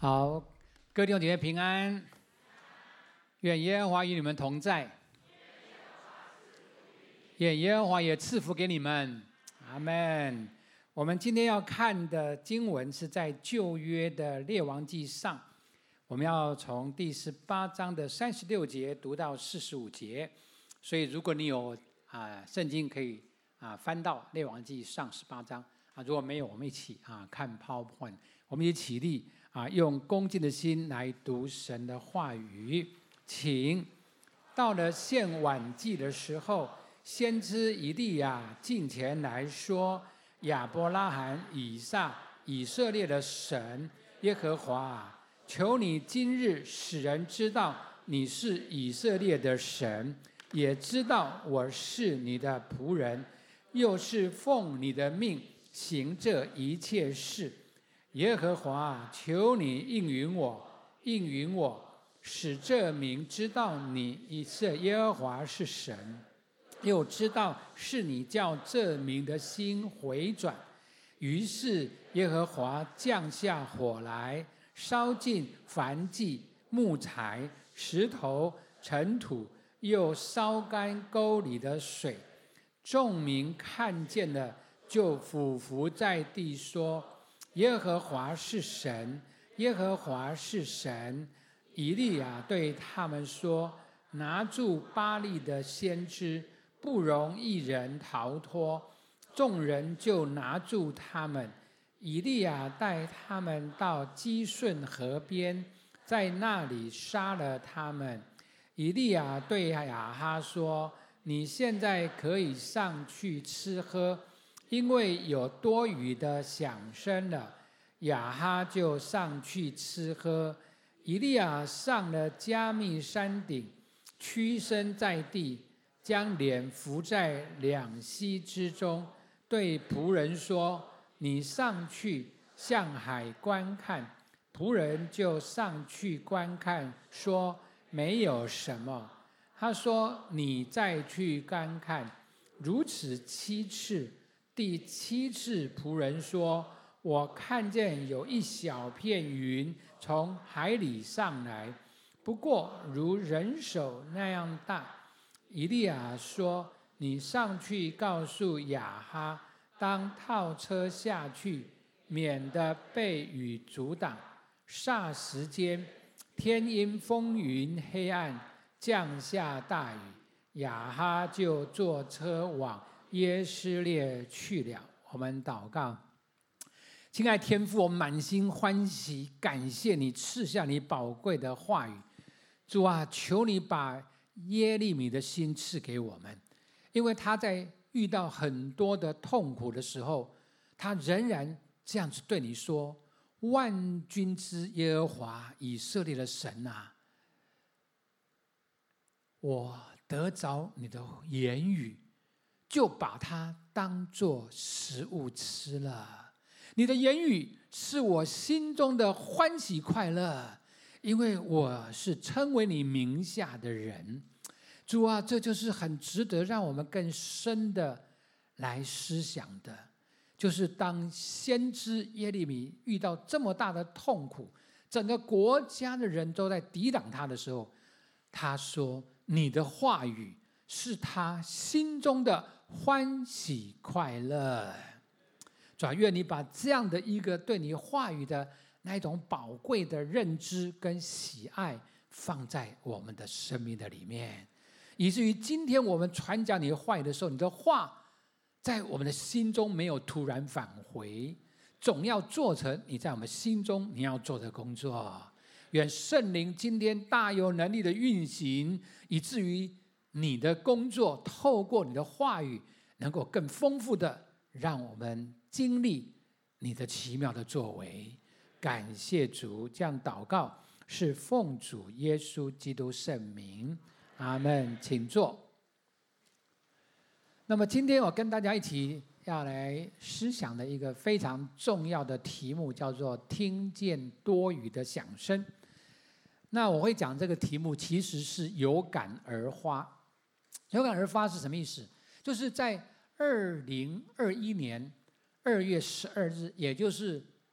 好，各位弟兄姐妹平安，愿耶和华与你们同在，愿耶和华也赐福给你们，阿们。我们今天要看的经文是在旧约的列王记上，我们要从第18章的36节读到45节，所以如果你有圣经可以翻到列王记上18章如果没有，我们一起看 PowerPoint， 我们一起起立用恭敬的心来读神的话语。请。到了献晚祭的时候，先知以利亚近前来说：亚伯拉罕、以撒、以色列的神耶和华求你今日使人知道你是以色列的神，也知道我是你的仆人，又是奉你的命行这一切事。耶和华求你应允我，使这民知道你是耶和华是神，又知道是你叫这民的心回转。于是耶和华降下火来，烧尽燔祭、木材、石头、尘土，又烧干沟里的水。众民看见了，就俯伏在地说：耶和华是神，耶和华是神。以利亚对他们说：拿住巴力的先知，不容一人逃脱。众人就拿住他们。以利亚带他们到基顺河边，在那里杀了他们。以利亚对亚哈说：你现在可以上去吃喝，因为有多余的响声了。亚哈就上去吃喝。以利亚上了加密山顶，屈身在地，将脸伏在两膝之中，对仆人说：你上去向海观看。仆人就上去观看，说：没有什么。他说：你再去观看。如此7次，第7次仆人说：我看见有一小片云从海里上来，不过如人手那样大。以利亚说：你上去告诉亚哈，当套车下去，免得被雨阻挡。霎时间，天阴风云黑暗，降下大雨。亚哈就坐车往耶斯列去了。我们祷告。亲爱天父，我们满心欢喜，感谢你赐下你宝贵的话语。主啊，求你把耶利米的心赐给我们，因为他在遇到很多的痛苦的时候，他仍然这样子对你说：万军之耶和华以色列的神啊，我得着你的言语，就把它当作食物吃了。你的言语是我心中的欢喜快乐，因为我是称为你名下的人。主啊，这就是很值得让我们更深的来思想的，就是当先知耶利米遇到这么大的痛苦，整个国家的人都在抵挡他的时候，他说：你的话语是他心中的欢喜快乐。主啊，愿你把这样的一个对你话语的那一种宝贵的认知跟喜爱放在我们的生命的里面，以至于今天我们传讲你的话语的时候，你的话在我们的心中没有突然返回，总要做成你在我们心中你要做的工作。愿圣灵今天大有能力的运行，以至于你的工作透过你的话语能够更丰富的让我们经历你的奇妙的作为。感谢主，这样祷告是奉主耶稣基督圣名，阿们。请坐。那么今天我跟大家一起要来思想的一个非常重要的题目，叫做听见多余的响声。那我会讲这个题目其实是有感而发。有感而发是什么意思？就是在2021年2月12日，也就是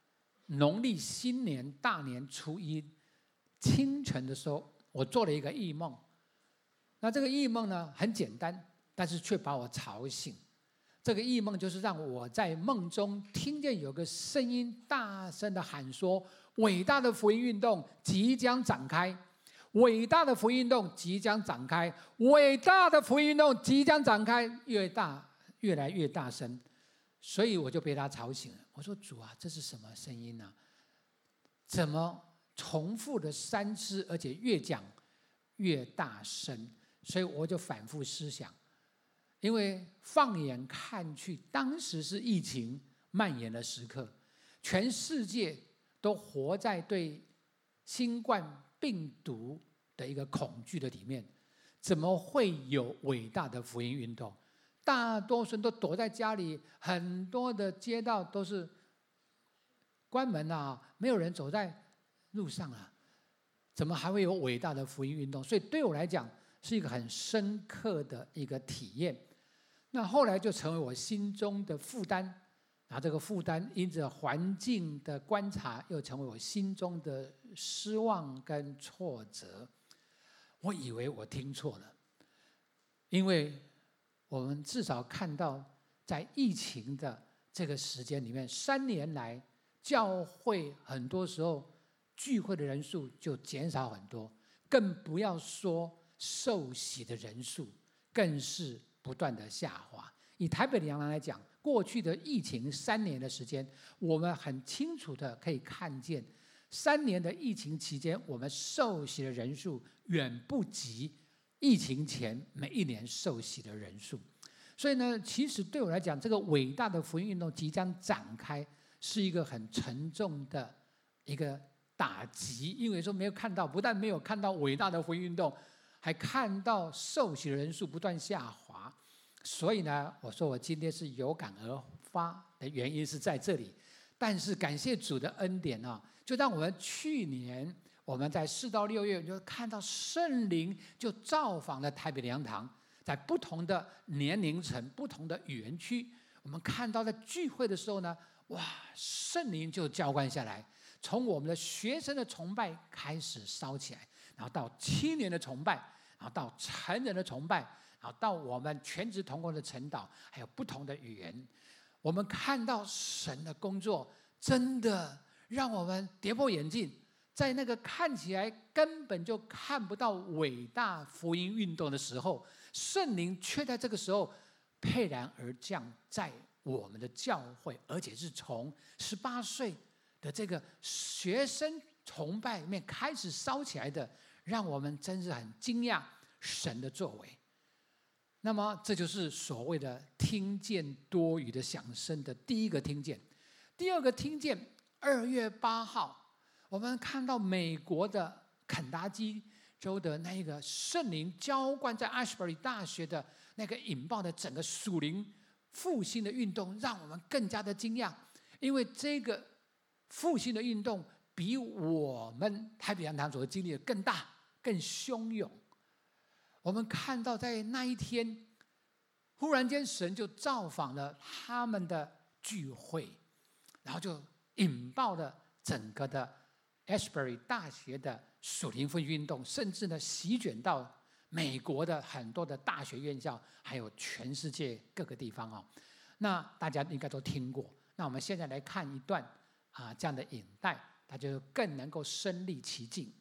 农历新年大年初一清晨的时候，我做了一个异梦。那这个异梦呢很简单，但是却把我吵醒。这个异梦就是让我在梦中听见有个声音大声的喊说：伟大的福音运动即将展开，伟大的福音运动即将展开，伟大的福音运动即将展开，越来越大声。所以我就被他吵醒了。我说：主啊，这是什么声音呢？怎么重复了3次，而且越讲越大声？所以我就反复思想，因为放眼看去，当时是疫情蔓延的时刻，全世界都活在对新冠病毒的一个恐惧的里面，怎么会有伟大的福音运动？大多数人都躲在家里，很多的街道都是关门啊，没有人走在路上啊，怎么还会有伟大的福音运动？所以对我来讲是一个很深刻的一个体验。那后来就成为我心中的负担，然后这个负担因着环境的观察，又成为我心中的失望跟挫折。我以为我听错了，因为我们至少看到在疫情的这个时间里面，3年来教会很多时候聚会的人数就减少很多，更不要说受洗的人数更是不断的下滑。以台北灵粮来讲，过去的疫情3年的时间，我们很清楚的可以看见，3年的疫情期间，我们受洗的人数远不及疫情前每一年受洗的人数。所以呢，其实对我来讲，这个伟大的福音运动即将展开，是一个很沉重的一个打击。因为说没有看到，不但没有看到伟大的福音运动，还看到受洗的人数不断下滑。所以呢，我说我今天是有感而发的原因是在这里。但是感谢主的恩典啊，就让我们去年我们在4到6月就看到圣灵就造访了台北灵粮堂，在不同的年龄层、不同的语言区，我们看到在聚会的时候呢，哇，圣灵就浇灌下来，从我们的学生的崇拜开始烧起来，然后到青年的崇拜，然后到成人的崇拜，然后到我们全职同工的晨祷，还有不同的语言。我们看到神的工作真的让我们跌破眼镜，在那个看起来根本就看不到伟大福音运动的时候，圣灵却在这个时候沛然而降在我们的教会，而且是从18岁的这个学生崇拜里面开始烧起来的，让我们真是很惊讶神的作为。那么这就是所谓的听见多余的响声的第一个听见。第二个听见，2月8号我们看到美国的肯塔基州的那个圣灵浇灌在阿什伯里大学的那个引爆的整个属灵复兴的运动，让我们更加的惊讶。因为这个复兴的运动比我们台北灵粮堂所经历的更大更汹涌。我们看到在那一天，忽然间神就造访了他们的聚会，然后就引爆了整个的 Ashbury 大学的属灵复兴运动，甚至呢席卷到美国的很多的大学院校，还有全世界各个地方。那大家应该都听过。那我们现在来看一段这样的引带，大家就更能够身临其境。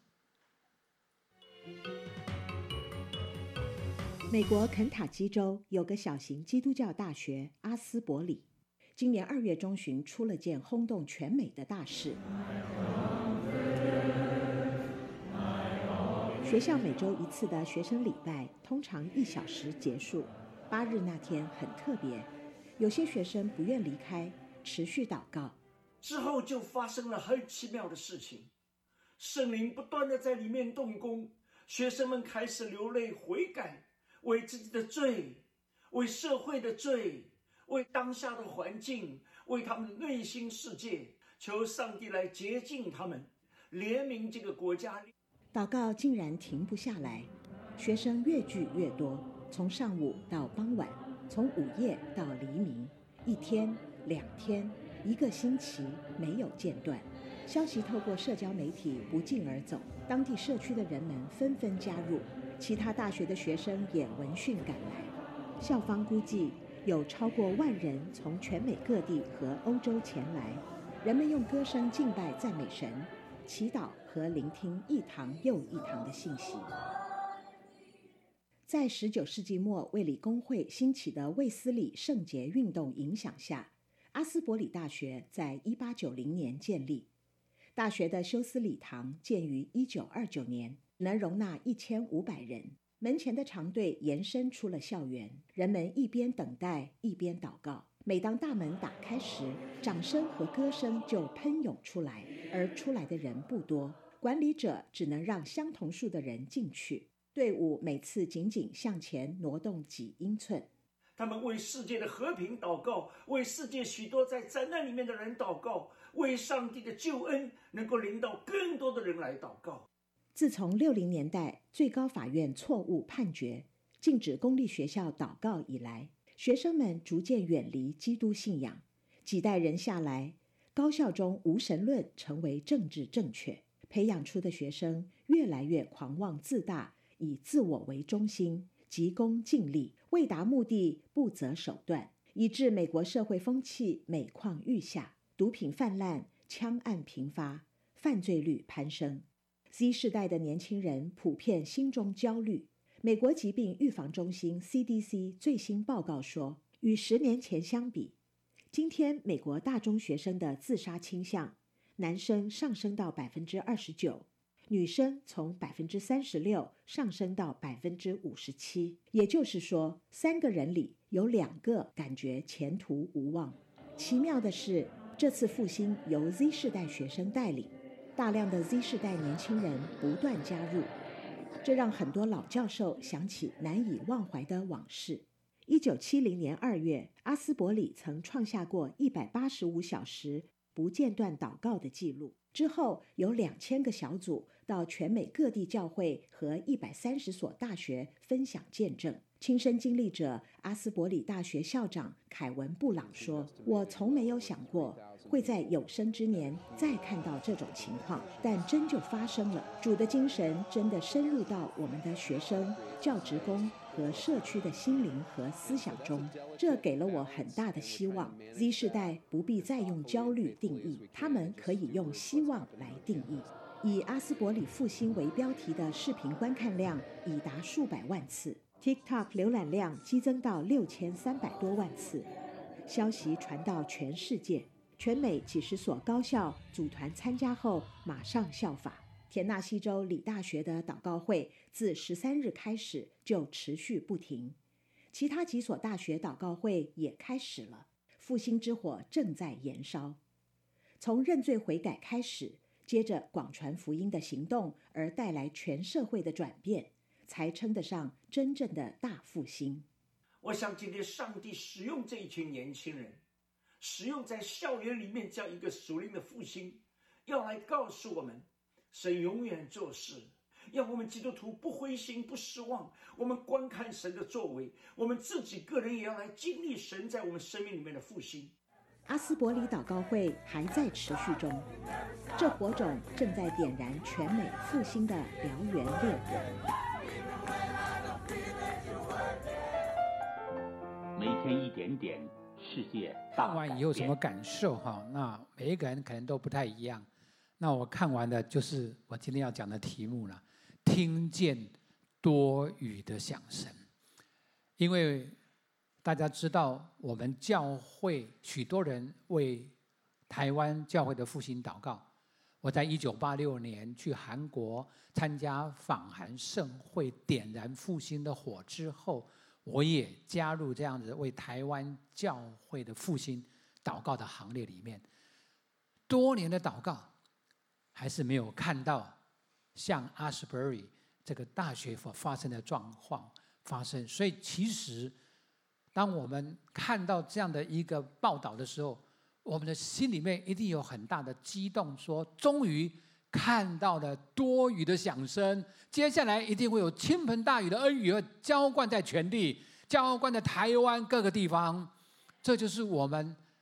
美国肯塔基州有个小型基督教大学阿斯伯里，今年2月中旬出了件轰动全美的大事。学校每周1次的学生礼拜通常1小时结束。8日那天很特别，有些学生不愿离开，持续祷告。 之后就发生了很奇妙的事情，圣灵不断的在里面动工，学生们开始流泪悔改，为自己的罪，为社会的罪，为当下的环境，为他们内心世界，求上帝来洁净他们，怜悯这个国家。 祷告竟然停不下来，学生越聚越多，从上午到傍晚，从午夜到黎明，1天、2天、1个星期没有间断。 消息透过社交媒体不胫而走，当地社区的人们纷纷加入，其他大学的学生也闻讯赶来。校方估计有超过1万人从全美各地和欧洲前来，人们用歌声敬拜赞美神，祈祷和聆听一堂又一堂的信息。在19世纪末卫理公会兴起的卫斯理圣洁运动影响下，阿斯伯里大学在1890年建立。大学的休斯礼堂建于1929年，能容纳1500人。门前的长队延伸出了校园，人们一边等待一边祷告。每当大门打开时，掌声和歌声就喷涌出来，而出来的人不多，管理者只能让相同数的人进去。队伍每次仅仅向前挪动几英寸。 他们为世界的和平祷告，为世界许多在灾难里面的人祷告，为上帝的救恩能够领导更多的人来祷告。 自从60年代最高法院错误判决禁止公立学校祷告以来，学生们逐渐远离基督信仰。几代人下来，高校中无神论成为政治正确，培养出的学生越来越狂妄自大，以自我为中心，急功近利，为达目的不择手段，以致美国社会风气每况愈下，毒品泛滥，枪案频发，犯罪率攀升。Z 世代的年轻人普遍心中焦虑。美国疾病预防中心 CDC 最新报告说，与10年前相比，今天美国大中学生的自杀倾向，男生上升到 29%， 女生从 36% 上升到 57%。 也就是说，3个人里有2个感觉前途无望。奇妙的是，这次复兴由 Z 世代学生带领，大量的 Z 世代年轻人不断加入，这让很多老教授想起难以忘怀的往事。1970年2月，阿斯伯里曾创下过185小时不间断祷告的记录。之后有2000个小组到全美各地教会和130所大学分享见证。亲身经历者阿斯伯里大学校长凯文·布朗说，我从没有想过会在有生之年再看到这种情况，但真就发生了。主的精神真的深入到我们的学生、教职工和社区的心灵和思想中，这给了我很大的希望。Z 世代不必再用焦虑定义，他们可以用希望来定义。以阿斯伯里复兴为标题的视频观看量已达数百万次， TikTok 浏览量激增到6300多万次，消息传到全世界，全美几十所高校组团参加后马上效法。田纳西州理大学的祷告会自13日开始就持续不停，其他几所大学祷告会也开始了，复兴之火正在延烧。从认罪悔改开始，接着广传福音的行动，而带来全社会的转变，才称得上真正的大复兴。 我想今天上帝使用这一群年轻人，使用在校园里面这样一个属灵的复兴，要来告诉我们，神永远做事，让我们基督徒不灰心不失望。我们观看神的作为，我们自己个人也要来经历神在我们生命里面的复兴。 阿斯伯里祷告会还在持续中，这火种正在点燃全美复兴的燎原烈火。 每天一点点，世界大看完以后什么感受哈？那每一个人可能都不太一样。那我看完的就是我今天要讲的题目了，听见多语的响声。因为大家知道，我们教会许多人为台湾教会的复兴祷告。我在1986年去韩国参加访韩盛会，点燃复兴的火之后，我也加入这样子为台湾教会的复兴祷告的行列里面。多年的祷告，还是没有看到像阿斯伯里这个大学所发生的状况发生。所以其实当我们看到这样的一个报道的时候，我们的心里面一定有很大的激动，说终于看到了多雨的响声，接下来一定会有倾盆大雨的恩雨浇灌在全地，浇灌在台湾各个地方。这就是我们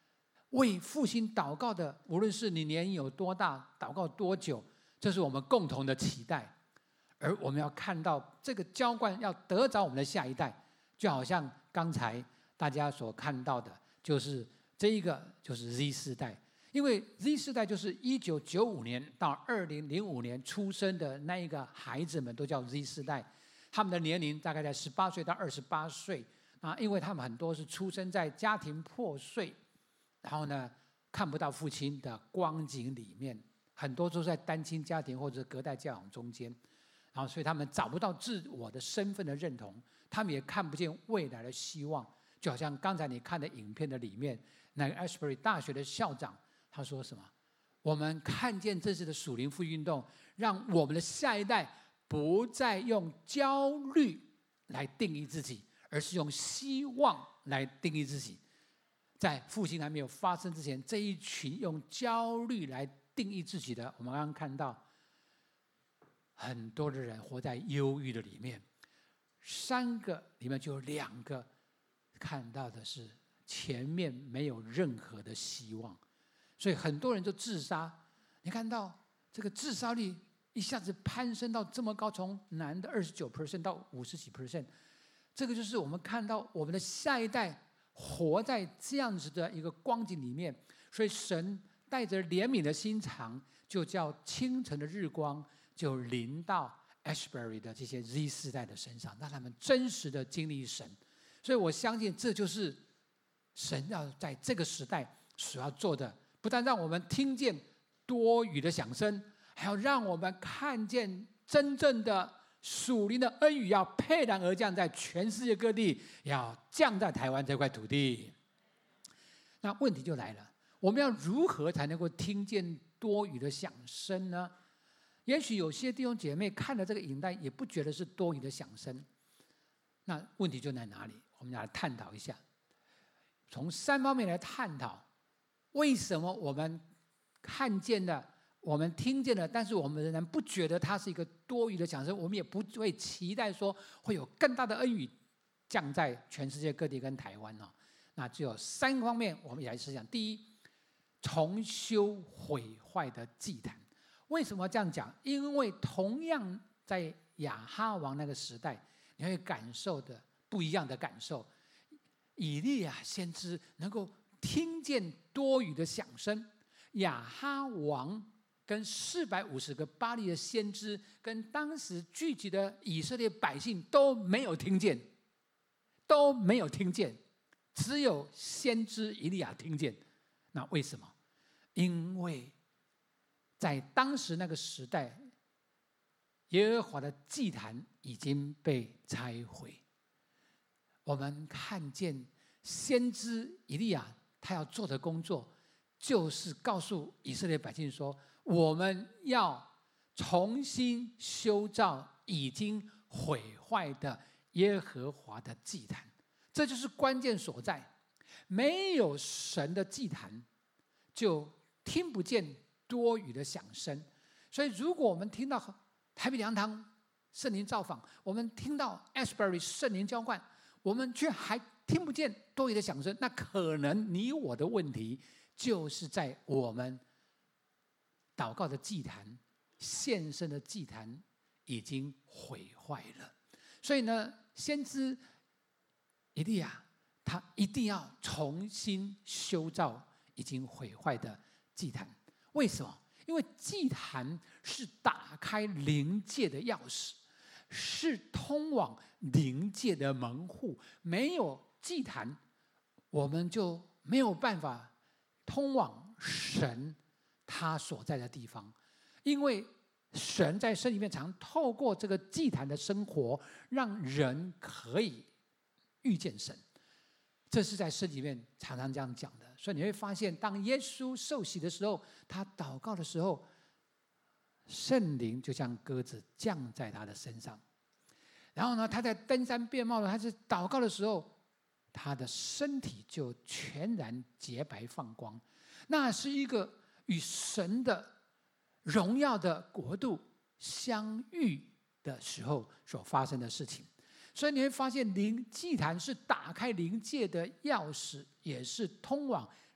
为复兴祷告的，无论是你年龄有多大，祷告多久，这是我们共同的期待。而我们要看到这个浇灌要得着我们的下一代，就好像刚才大家所看到的，就是这一个就是 Z 世代。因为 Z 世代就是1995年到2005年出生的那一个孩子们，都叫 Z 世代。他们的年龄大概在18岁到28岁啊，因为他们很多是出生在家庭破碎，然后呢看不到父亲的光景里面，很多都在单亲家庭或者隔代教养中间，然后所以他们找不到自我的身份的认同，他们也看不见未来的希望。就好像刚才你看的影片的里面，那个 Ashbury 大学的校长他说什么？我们看见这次的属灵复运动，让我们的下一代不再用焦虑来定义自己，而是用希望来定义自己。在复兴还没有发生之前，这一群用焦虑来定义自己的，我们刚刚看到很多的人活在忧郁的里面。3个里面就有2个看到的是前面没有任何的希望，所以很多人就自杀。你看到这个自杀率一下子攀升到这么高，从男的29% 到50几%，这个就是我们看到我们的下一代活在这样子的一个光景里面。所以神带着怜悯的心肠，就叫清晨的日光就临到 Ashbury 的这些 Z 世代的身上，让他们真实的经历神。所以我相信这就是神要在这个时代所要做的，不但让我们听见多语的响声，还要让我们看见真正的属灵的恩雨要沛然而降，在全世界各地，要降在台湾这块土地。那问题就来了，我们要如何才能够听见多语的响声呢？也许有些弟兄姐妹看了这个影带，也不觉得是多语的响声。那问题就在哪里？我们来探讨一下，从3方面来探讨，为什么我们看见了，我们听见了，但是我们仍然不觉得它是一个多余的响声，我们也不会期待说会有更大的恩雨降在全世界各地跟台湾。那只有3方面我们也来思想。第一，重修毁坏的祭坛。为什么要这样讲？因为同样在亚哈王那个时代，你会感受的不一样的感受。以利亚先知能够听见多语的响声，亚哈王跟450个巴力的先知跟当时聚集的以色列百姓都没有听见，都没有听见，只有先知以利亚听见。那为什么？因为在当时那个时代，耶和华的祭坛已经被拆毁。我们看见先知以利亚他要做的工作，就是告诉以色列百姓说，我们要重新修造已经毁坏的耶和华的祭坛。这就是关键所在。没有神的祭坛，就听不见多余的响声。所以如果我们听到台北良堂圣灵造访，我们听到 Ashbury 圣灵浇灌，我们却还听不见多余的响声，那可能你我的问题就是在我们祷告的祭坛、献身的祭坛已经毁坏了。所以呢，先知以利亚他一定要重新修造已经毁坏的祭坛。为什么？因为祭坛是打开灵界的钥匙，是通往灵界的门户。没有祭坛，我们就没有办法通往神他所在的地方。因为神在圣经里面常透过这个祭坛的生活，让人可以遇见神。这是在圣经里面常常这样讲的。所以你会发现，当耶稣受洗的时候，他祷告的时候，圣灵就像鸽子降在他的身上。然后呢，他在登山变貌的，他是祷告的时候，他的身体就全然洁白放光。那是一个与神的荣耀的国度相遇的时候所发生的事情。所以你会发现，祭坛是打开灵界的钥匙，也是通往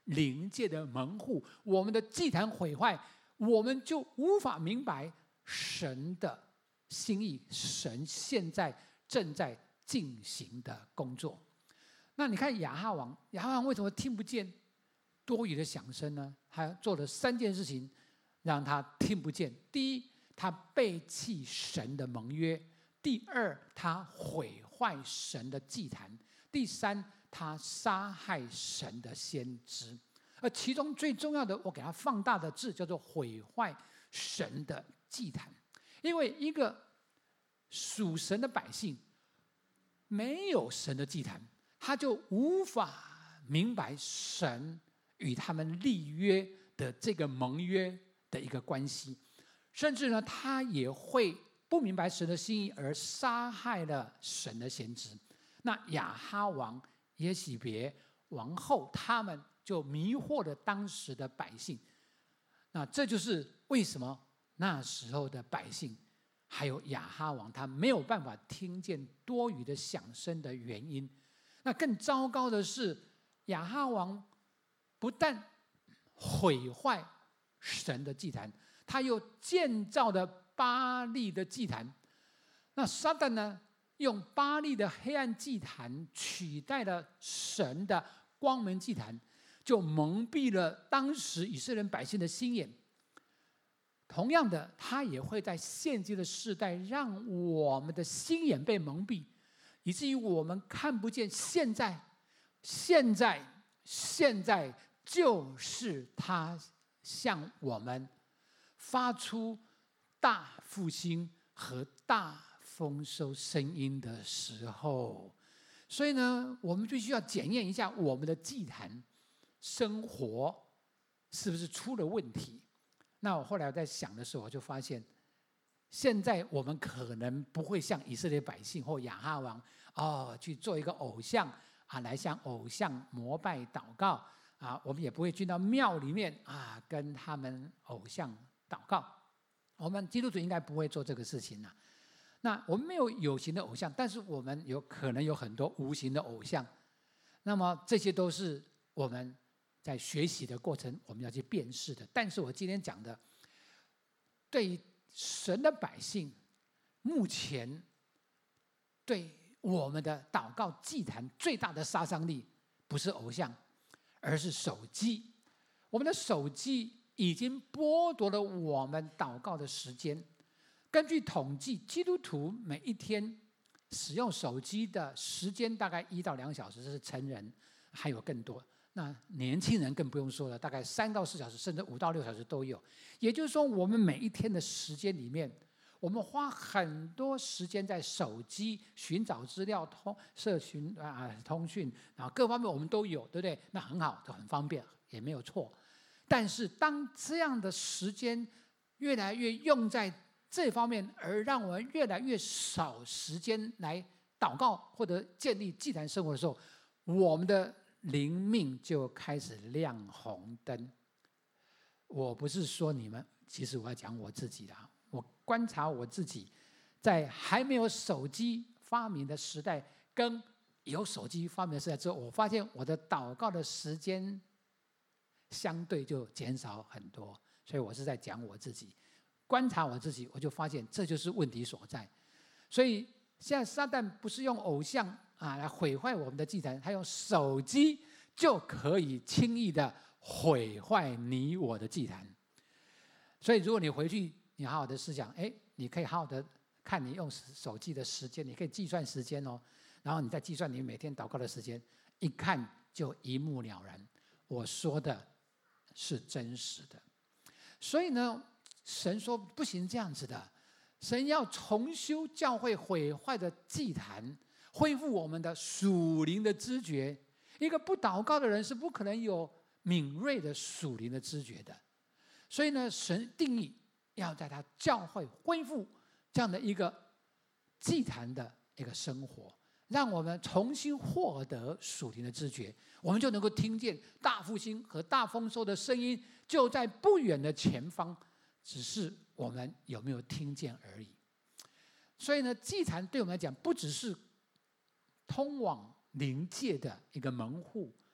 灵界的门户，我们的祭坛毁坏，我们就无法明白神的心意，神现在正在进行的工作。那你看亚哈王为什么听不见多余的响声呢？他做了3件事情让他听不见。第一，他背弃神的盟约；第二，他毁坏神的祭坛；第三，他杀害神的先知。而其中最重要的，我给他放大的字叫做毁坏神的祭坛。因为一个属神的百姓没有神的祭坛，他就无法明白神与他们立约的这个盟约的一个关系，甚至呢，他也会不明白神的心意，而杀害了神的先知。那亚哈王、耶洗别王后，他们就迷惑了当时的百姓。那这就是为什么那时候的百姓还有亚哈王他没有办法听见多余的响声的原因。那更糟糕的是，亚哈王不但毁坏神的祭坛，他又建造了巴力的祭坛。那撒旦呢，用巴力的黑暗祭坛取代了神的光明祭坛，就蒙蔽了当时以色列人百姓的心眼。同样的，他也会在现今的世代让我们的心眼被蒙蔽，以至于我们看不见现在就是他向我们发出大复兴和大丰收声音的时候。所以呢，我们必须要检验一下我们的祭坛生活是不是出了问题。那我后来在想的时候，我就发现，现在我们可能不会像以色列百姓或亚哈王去做一个偶像来向偶像膜拜祷告我们也不会进到庙里面跟他们偶像祷告。我们基督徒应该不会做这个事情那我们没有有形的偶像，但是我们有可能有很多无形的偶像。那么这些都是我们在学习的过程我们要去辨识的。但是我今天讲的，对于神的百姓，目前对我们的祷告祭坛最大的杀伤力不是偶像，而是手机。我们的手机已经剥夺了我们祷告的时间。根据统计，基督徒每一天使用手机的时间大概1到2小时，这是成人，还有更多。那年轻人更不用说了，大概3到4小时，甚至5到6小时都有。也就是说，我们每一天的时间里面，我们花很多时间在手机寻找资料、社群通讯，然后各方面我们都有，对不对？那很好，就很方便，也没有错。但是当这样的时间越来越用在这方面，而让我们越来越少时间来祷告或者建立祭坛生活的时候，我们的灵命就开始亮红灯。我不是说你们，其实我要讲我自己的。我观察我自己，在还没有手机发明的时代跟有手机发明的时代之后，我发现我的祷告的时间相对就减少很多。所以我是在讲我自己，观察我自己，我就发现这就是问题所在。所以现在撒旦不是用偶像来毁坏我们的祭坛，他用手机就可以轻易的毁坏你我的祭坛。所以如果你回去你好好的思想，你可以好好的看你用手机的时间，你可以计算时间然后你再计算你每天祷告的时间，一看就一目了然。我说的是真实的。所以呢，神说不行这样子的，神要重修教会毁坏的祭坛，恢复我们的属灵的知觉。一个不祷告的人是不可能有敏锐的属灵的知觉的。所以呢，神定义要在他教会恢复这样的一个祭坛的一个生活，让我们重新获得属灵的知觉，我们就能够听见大复兴和大丰收的声音就在不远的前方，只是我们有没有听见而已。所以呢，祭坛对我们来讲不只是通往灵界的一个门户，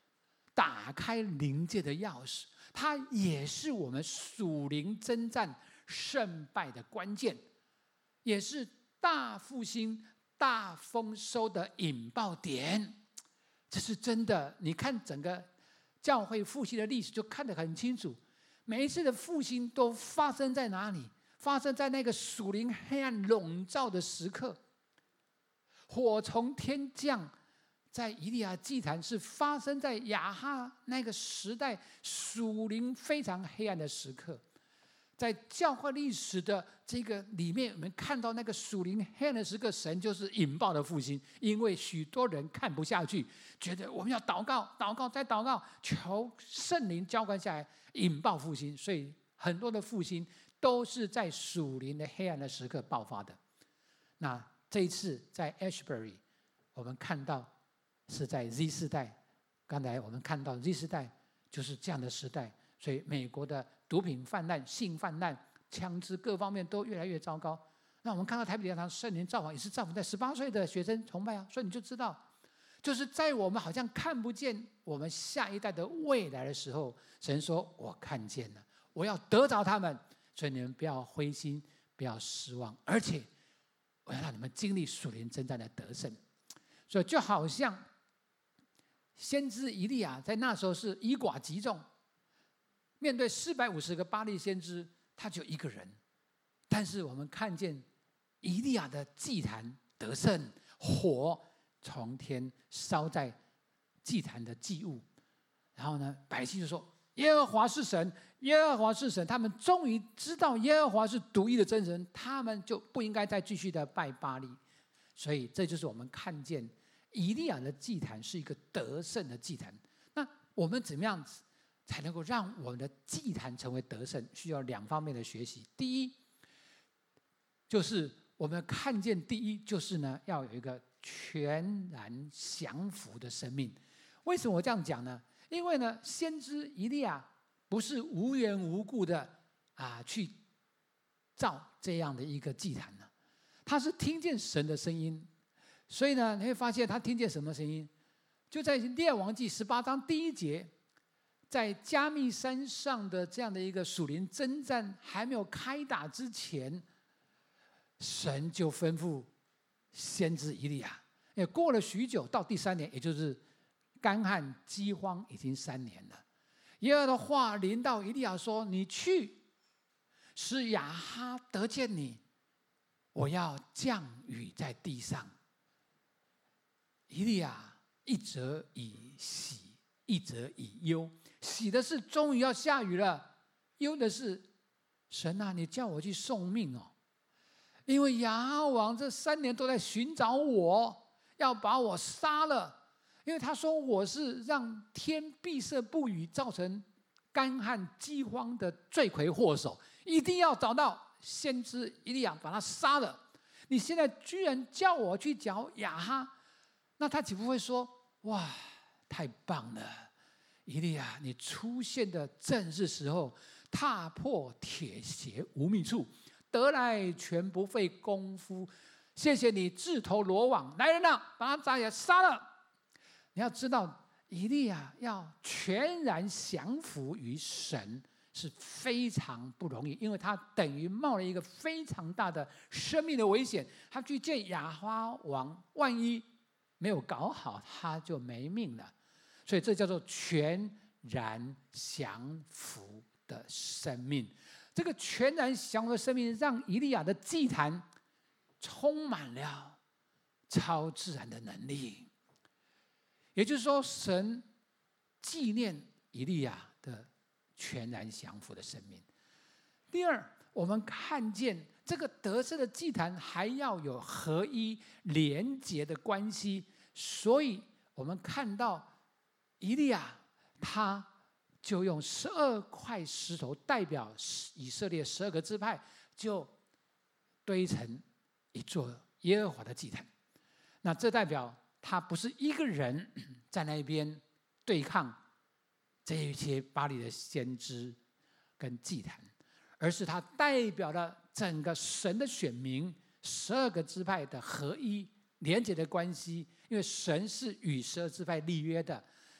打开灵界的钥匙，它也是我们属灵征战胜败的关键，也是大复兴、大丰收的引爆点。这是真的，你看整个教会复兴的历史就看得很清楚。每一次的复兴都发生在哪里？发生在那个属灵黑暗笼罩的时刻，火从天降。在以利亚祭坛是发生在亚哈那个时代属灵非常黑暗的时刻。在教会历史的这个里面，我们看到那个属灵黑暗的时刻，神就是引爆的复兴。因为许多人看不下去，觉得我们要祷告，祷告再祷告，求圣灵浇灌下来，引爆复兴。所以很多的复兴都是在属灵的黑暗的时刻爆发的。那这一次在 Ashbury， 我们看到是在 Z 世代，刚才我们看到 Z 世代就是这样的时代，所以美国的毒品泛滥、性泛滥、枪支各方面都越来越糟糕。那我们看到台北灵堂圣灵造访，也是造访在18岁的学生崇拜啊，所以你就知道，就是在我们好像看不见我们下一代的未来的时候，神说：“我看见了，我要得着他们。”所以你们不要灰心，不要失望，而且我要让你们经历属灵征战的得胜。所以就好像先知以利亚在那时候是以寡击众，面对450个巴力先知，他就一个人。但是我们看见以利亚的祭坛得胜，火从天烧在祭坛的祭物，然后呢，百姓就说：“耶和华是神，耶和华是神。”他们终于知道耶和华是独一的真神，他们就不应该再继续的拜巴力。所以这就是我们看见以利亚的祭坛是一个得胜的祭坛。那我们怎么样子才能够让我们的祭坛成为得胜？需要2方面的学习。第一，就是我们看见第一就是呢，要有一个全然降服的生命。为什么我这样讲呢？因为呢，先知以利亚不是无缘无故的去造这样的一个祭坛呢，他是听见神的声音。所以呢，你会发现他听见什么声音？就在列王记18章第1节，在加密山上的这样的一个属灵征战还没有开打之前，神就吩咐先知以利亚。也过了许久，到第3年，也就是干旱饥荒已经3年了。耶和华的话临到以利亚说：“你去，使亚哈得见你，我要降雨在地上。”以利亚一则以喜，一则以忧。喜的是终于要下雨了，忧的是神啊，你叫我去送命哦，因为亚哈王这3年都在寻找我，要把我杀了。因为他说我是让天闭塞不雨，造成干旱饥荒的罪魁祸首，一定要找到先知以利亚，把他杀了。你现在居然叫我去找亚哈，那他岂不会说：“哇，太棒了，以利亚，你出现的正是时候，踏破铁鞋无觅处，得来全不费功夫。谢谢你自投罗网，来人呐，把他也杀了。”你要知道，以利亚要全然降服于神是非常不容易，因为他等于冒了一个非常大的生命的危险。他去见亚哈王，万一没有搞好，他就没命了。所以这叫做全然降服的生命。这个全然降服的生命，让以利亚的祭坛充满了超自然的能力。也就是说，神纪念以利亚的全然降服的生命。第二，我们看见这个得胜的祭坛还要有合一连结的关系，所以我们看到以利亚他就用12块石头代表以色列12个支派，就堆成一座耶和华的祭坛。那这代表他不是一个人在那边对抗这些巴力的先知跟祭坛，而是他代表了整个神的选民12个支派的合一连结的关系。因为神是与12支派立约的，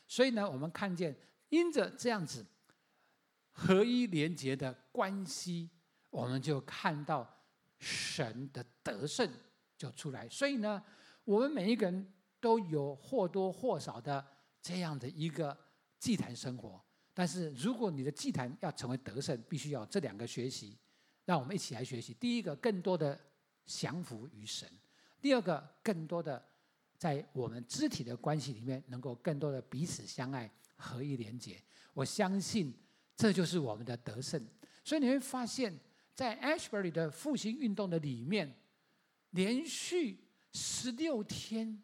所以呢，我们看见因着这样子合一连结的关系，我们就看到神的得胜就出来。所以呢，我们每一个人都有或多或少的这样的一个祭坛生活。但是如果你的祭坛要成为得胜，必须要这2个学习，让我们一起来学习。第一个，更多的降服于神；第二个，更多的在我们肢体的关系里面，能够更多的彼此相爱，合一连结。我相信这就是我们的得胜。所以你会发现在 Ashbury 的复兴运动的里面，连续16天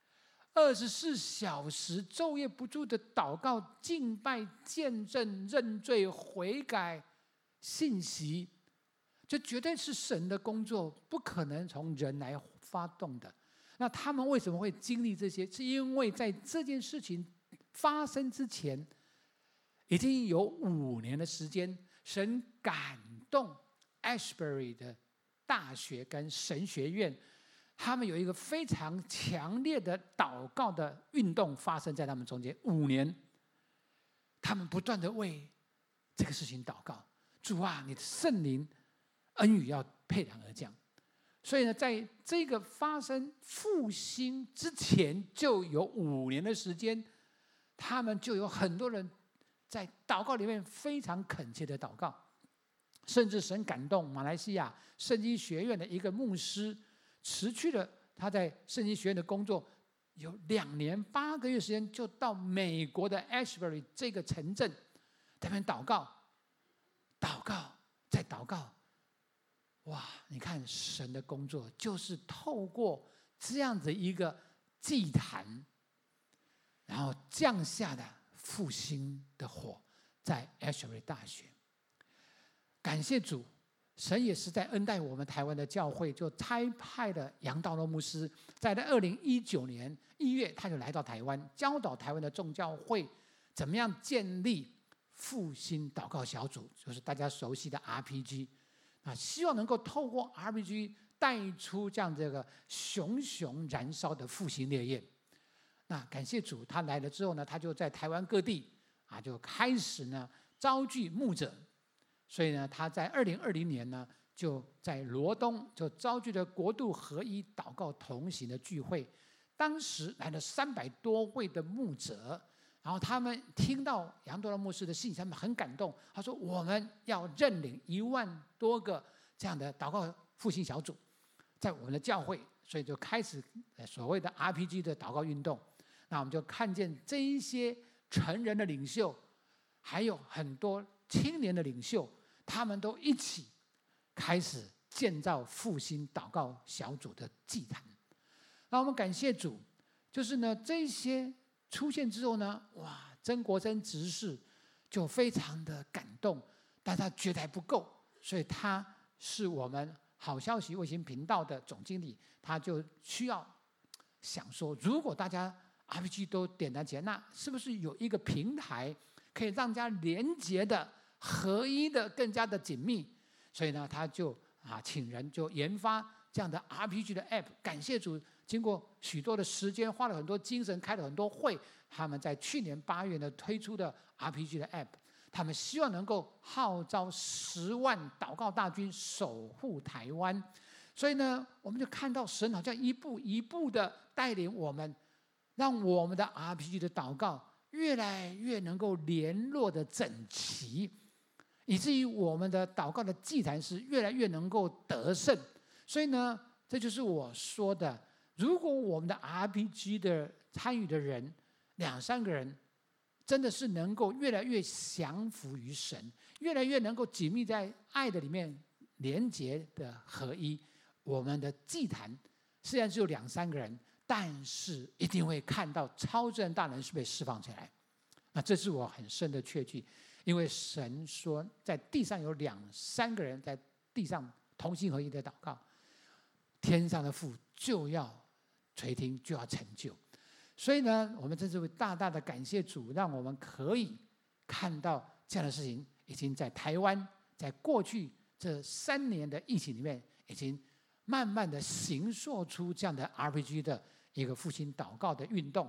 24小时昼夜不住的祷告、敬拜、见证、认罪、悔改、信息，这绝对是神的工作，不可能从人来发动的。那他们为什么会经历这些？是因为在这件事情发生之前，已经有5年的时间，神感动 Ashbury 的大学跟神学院，他们有一个非常强烈的祷告的运动发生在他们中间。5年，他们不断的为这个事情祷告，主啊，你的圣灵恩雨要沛然而降。所以呢，在这个发生复兴之前，就有5年的时间，他们就有很多人在祷告里面非常恳切的祷告，甚至神感动马来西亚圣经学院的一个牧师，辞去了他在圣经学院的工作，有2年8个月时间，就到美国的 Ashbury 这个城镇，在那边祷告，祷告再祷告。哇！你看神的工作，就是透过这样的一个祭坛，然后降下的复兴的火，在 Ashbury 大学。感谢主，神也是在恩待我们台湾的教会，就差派了杨道诺牧师，在2019年1月，他就来到台湾，教导台湾的众教会怎么样建立复兴祷告小组，就是大家熟悉的 RPG。希望能够透过 RPG 带出这样这个熊熊燃烧的复兴烈焰。那感谢主，他来了之后呢，他就在台湾各地就开始呢召聚牧者。所以呢，他在2020年呢，就在罗东就召聚了国度合一祷告同行的聚会。当时来了300多位的牧者，然后他们听到杨多拉牧师的信息，他们很感动。他说：“我们要认领1万多个这样的祷告复兴小组，在我们的教会。”所以就开始所谓的 RPG 的祷告运动。那我们就看见这一些成人的领袖，还有很多青年的领袖，他们都一起开始建造复兴祷告小组的祭坛。那我们感谢主，就是呢这些出现之后呢，哇，曾国珍执事就非常的感动，但他觉得还不够，所以他是我们好消息卫星频道的总经理，他就需要想说，如果大家 RPG 都点燃起来，那是不是有一个平台可以让大家连结的合一的更加的紧密？所以呢，他就请人就研发这样的 RPG 的 App。感谢主，经过许多的时间，花了很多精神，开了很多会，他们在去年8月呢推出的 RPG 的 App。他们希望能够号召10万祷告大军守护台湾。所以呢，我们就看到神好像一步一步的带领我们，让我们的 RPG 的祷告越来越能够联络的整齐，以至于我们的祷告的祭坛是越来越能够得胜。所以呢，这就是我说的，如果我们的 RPG 的参与的人2-3个人，真的是能够越来越降服于神，越来越能够紧密在爱的里面连结的合一，我们的祭坛虽然只有2-3个人，但是一定会看到超自然大能是被释放起来。那这是我很深的确据，因为神说在地上有2-3个人在地上同心合一的祷告，天上的父就要垂听，就要成就。所以呢，我们真是会大大的感谢主，让我们可以看到这样的事情已经在台湾，在过去这3年的疫情里面，已经慢慢的形塑出这样的 RPG 的一个复兴祷告的运动。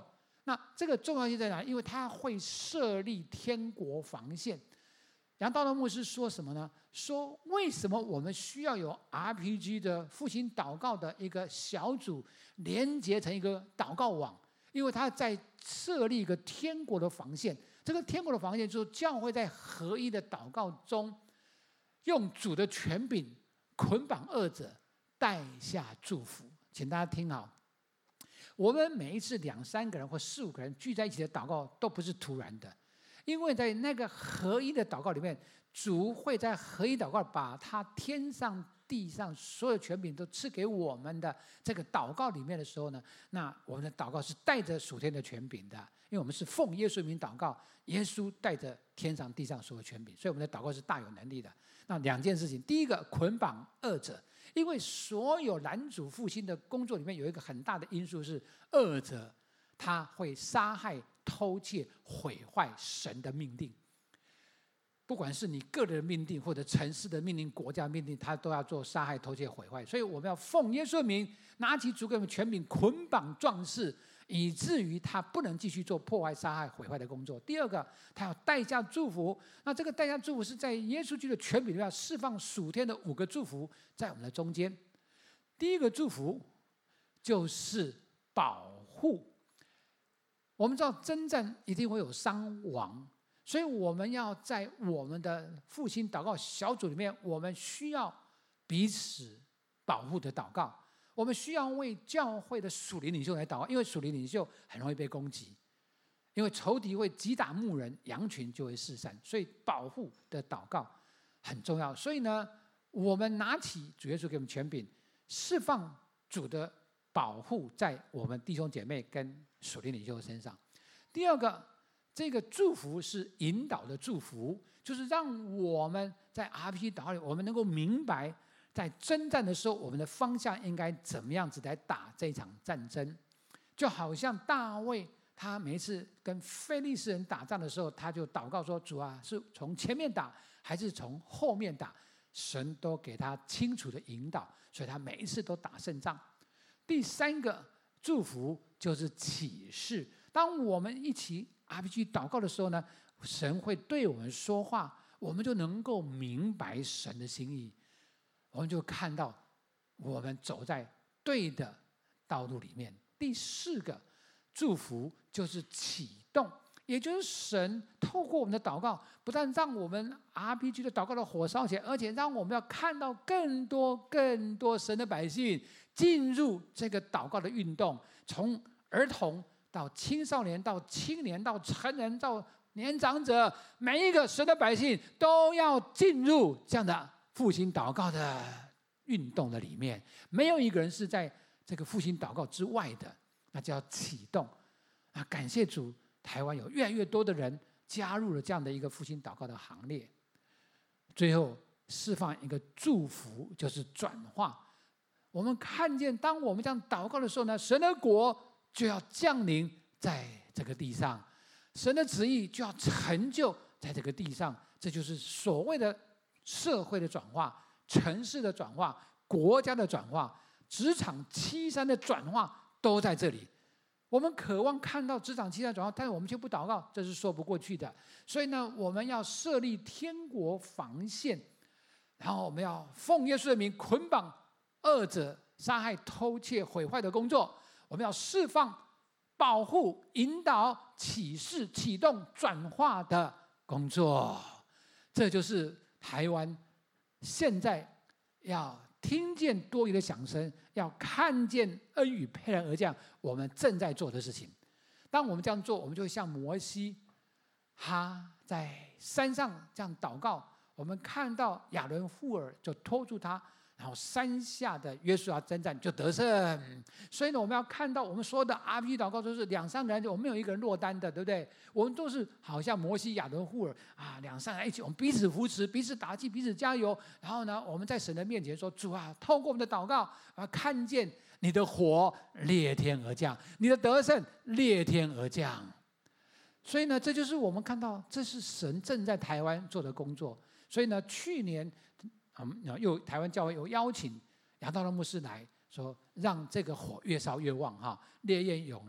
那这个重要性在哪？因为它会设立天国防线。杨道的牧师说什么呢？说为什么我们需要有 RPG 的复兴祷告的一个小组，连接成一个祷告网？因为他在设立一个天国的防线。这个天国的防线就是教会在合一的祷告中，用主的权柄捆绑恶者，带下祝福。请大家听好，我们每一次2、3个人或4、5个人聚在一起的祷告都不是突然的，因为在那个合一的祷告里面，主会在合一祷告把他天上地上所有权柄都赐给我们的这个祷告里面的时候呢，那我们的祷告是带着属天的权柄的，因为我们是奉耶稣名祷告，耶稣带着天上地上所有权柄，所以我们的祷告是大有能力的。那2件事情，第一个捆绑恶者，因为所有拦阻复兴的工作里面有一个很大的因素是恶者，他会杀害、偷窃、毁坏神的命令。不管是你个人的命令，或者城市的命令、国家的命令，他都要做杀害、偷窃、毁坏。所以我们要奉耶稣的名，拿起主给我们权柄，捆绑壮士，以至于他不能继续做破坏、杀害、毁坏的工作。第二个，他要带下祝福。那这个带下祝福是在耶稣基督的权柄里面释放属天的5个祝福在我们的中间。第一个祝福就是保护。我们知道征战一定会有伤亡，所以我们要在我们的复兴祷告小组里面，我们需要彼此保护的祷告。我们需要为教会的属灵领袖来祷告，因为属灵领袖很容易被攻击，因为仇敌会击打牧人，羊群就会四散，所以保护的祷告很重要。所以呢，我们拿起主耶稣给我们权柄，释放主的保护在我们弟兄姐妹跟属灵领袖身上。第二个，这个祝福是引导的祝福，就是让我们在 RPG 祷告里，我们能够明白在征战的时候，我们的方向应该怎么样子来打这场战争。就好像大卫，他每一次跟非利士人打仗的时候，他就祷告说：主啊，是从前面打还是从后面打？神都给他清楚的引导，所以他每一次都打胜仗。第三个祝福就是启示。当我们一起 RPG 祷告的时候呢，神会对我们说话，我们就能够明白神的心意，我们就看到我们走在对的道路里面。第四个祝福就是启动，也就是神透过我们的祷告，不但让我们 RPG 的祷告的火烧起来，而且让我们要看到更多神的百姓进入这个祷告的运动，从儿童到青少年，到青年，到成人，到年长者，每一个神的百姓都要进入这样的复兴祷告的运动的里面。没有一个人是在这个复兴祷告之外的，那叫启动。感谢主，台湾有越来越多的人加入了这样的一个复兴祷告的行列。最后释放一个祝福，就是转化。我们看见，当我们这样祷告的时候呢，神的国就要降临在这个地上，神的旨意就要成就在这个地上。这就是所谓的社会的转化、城市的转化、国家的转化、职场7山的转化，都在这里。我们渴望看到职场7山转化，但是我们却不祷告，这是说不过去的。所以呢，我们要设立天国防线，然后我们要奉耶稣的名捆绑恶者杀害、偷窃、毁坏的工作。我们要释放、保护、引导、启示、启动转化的工作。这就是台湾现在要听见多余的响声，要看见恩雨沛然而降，我们正在做的事情。当我们这样做，我们就会像摩西，他在山上这样祷告，我们看到亚伦户尔就拖住他，然后山下的约书亚征战就得胜。所以呢，我们要看到我们所有的 RPG 祷告都是2、3个人，我们没有一个人落单的，对不对？我们都是好像摩西、亚伦、户尔2、3人一起，我们彼此扶持、彼此打气、彼此加油。然后呢，我们在神的面前说：主啊，透过我们的祷告看见你的火裂天而降，你的得胜裂天而降。所以呢，这就是我们看到，这是神正在台湾做的工作。所以呢，去年台湾教会有邀请杨道的牧师来说，让这个火越烧越旺，烈焰永燃，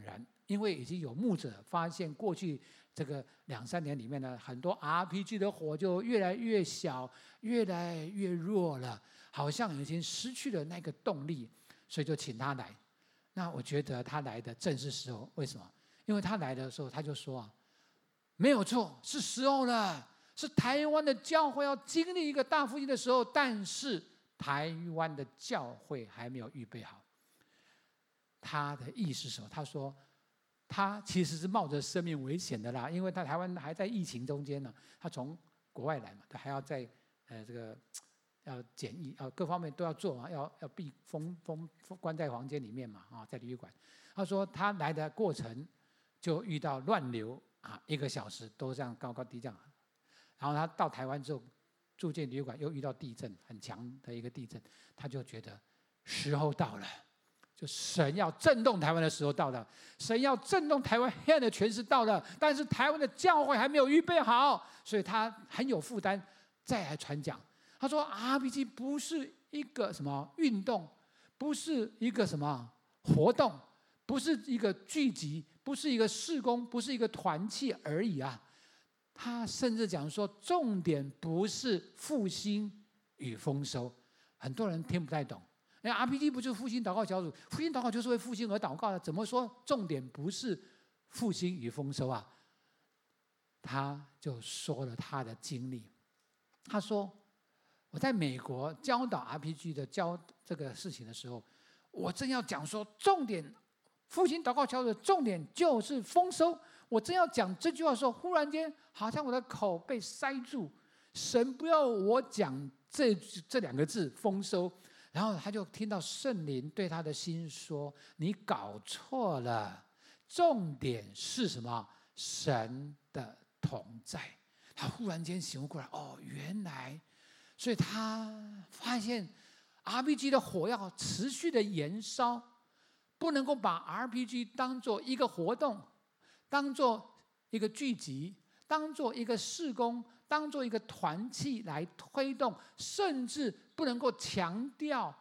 因为已经有牧者发现过去这个2-3年里面呢，很多 RPG 的火就越来越小，越来越弱了，好像已经失去了那个动力，所以就请他来。那我觉得他来的正是时候，为什么？因为他来的时候他就说没有错，是时候了，是台湾的教会要经历一个大复兴的时候，但是台湾的教会还没有预备好。他的意思是什么？他说他其实是冒着生命危险的啦，因为他台湾还在疫情中间呢，他从国外来嘛，他还要在这个要检疫，各方面都要做嘛，要闭封关在房间里面嘛，在旅馆。他说他来的过程就遇到乱流1个小时都这样高高低这样，然后他到台湾之后住进旅馆，又遇到地震，很强的一个地震，他就觉得时候到了。就神要震动台湾的时候到了，神要震动台湾黑暗的权势到了，但是台湾的教会还没有预备好，所以他很有负担再来传讲。他说 RPG 不是一个什么运动，不是一个什么活动，不是一个聚集，不是一个事工，不是一个团契而已啊。他甚至讲说重点不是复兴与丰收，很多人听不太懂。RPG 不就是复兴祷告小组？复兴祷告就是为复兴而祷告的，怎么说重点不是复兴与丰收啊？他就说了他的经历。他说我在美国教导 RPG 的教这个事情的时候，我正要讲说重点复兴祷告小组的重点就是丰收，我正要讲这句话的时候，忽然间好像我的口被塞住，神不要我讲这2个字丰收。然后他就听到圣灵对他的心说：“你搞错了，重点是什么？神的同在。”他忽然间醒悟过来，原来，所以他发现 RPG 的火要持续的燃烧，不能够把 RPG 当作一个活动，当作一个聚集，当作一个事工，当作一个团契来推动，甚至不能够强调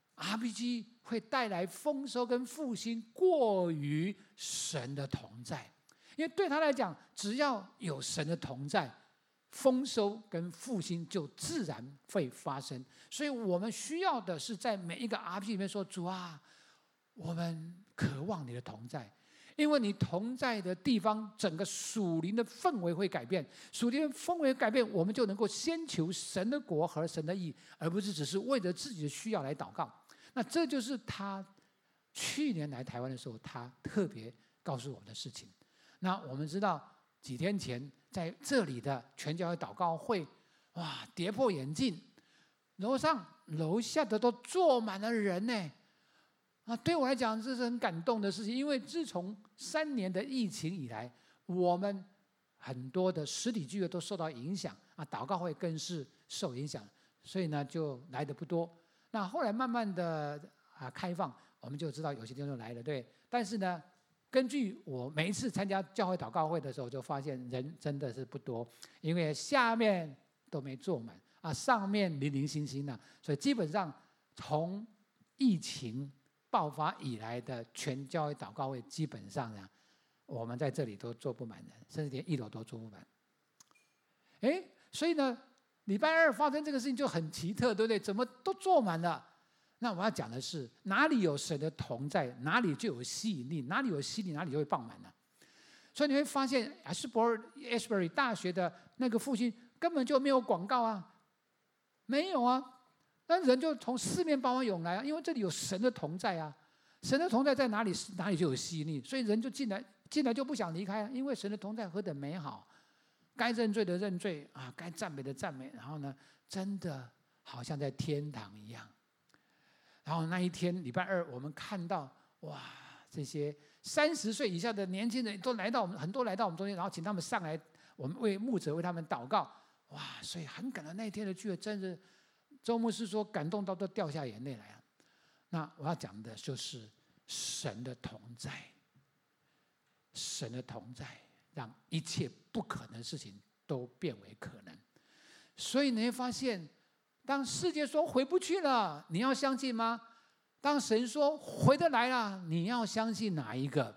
RPG 会带来丰收跟复兴过于神的同在，因为对他来讲，只要有神的同在，丰收跟复兴就自然会发生。所以我们需要的是在每一个 RPG 里面说：主啊，我们渴望你的同在。因为你同在的地方，整个属灵的氛围会改变，属灵的氛围改变，我们就能够先求神的国和神的义，而不是只是为了自己的需要来祷告。那这就是他去年来台湾的时候，他特别告诉我们的事情。那我们知道几天前在这里的全教会祷告会，哇，跌破眼镜，楼上楼下的都坐满了人呢。对我来讲这是很感动的事情，因为自从3年的疫情以来，我们很多的实体聚会都受到影响祷告会更是受影响，所以呢就来的不多。那后来慢慢的开放，我们就知道有些弟兄来了，对。但是呢，根据我每一次参加教会祷告会的时候，就发现人真的是不多，因为下面都没坐满上面零零星星的，所以基本上从疫情爆发以来的全教会祷告会，基本上呢，我们在这里都坐不满人，甚至连1楼都坐不满。所以呢，礼拜2发生这个事情就很奇特，对不对？怎么都坐满了？那我要讲的是，哪里有神的同在，哪里就有吸引力，哪里有吸引力，哪里就会爆满了。所以你会发现，Ashbury 大学的那个复兴根本就没有广告没有那人就从四面八方涌来因为这里有神的同在神的同在在哪里，哪里就有吸引力，所以人就进来就不想离开因为神的同在何等美好，该认罪的认罪该赞美的赞美，然后呢，真的好像在天堂一样。然后那一天礼拜2，我们看到哇，这些30岁以下的年轻人都来到很多来到我们中间，然后请他们上来，我们为牧者为他们祷告。哇，所以很感动，那一天的聚会真是周牧师说感动到都掉下眼泪来那我要讲的就是神的同在，神的同在让一切不可能的事情都变为可能。所以你会发现，当世界说回不去了，你要相信吗？当神说回得来了，你要相信哪一个？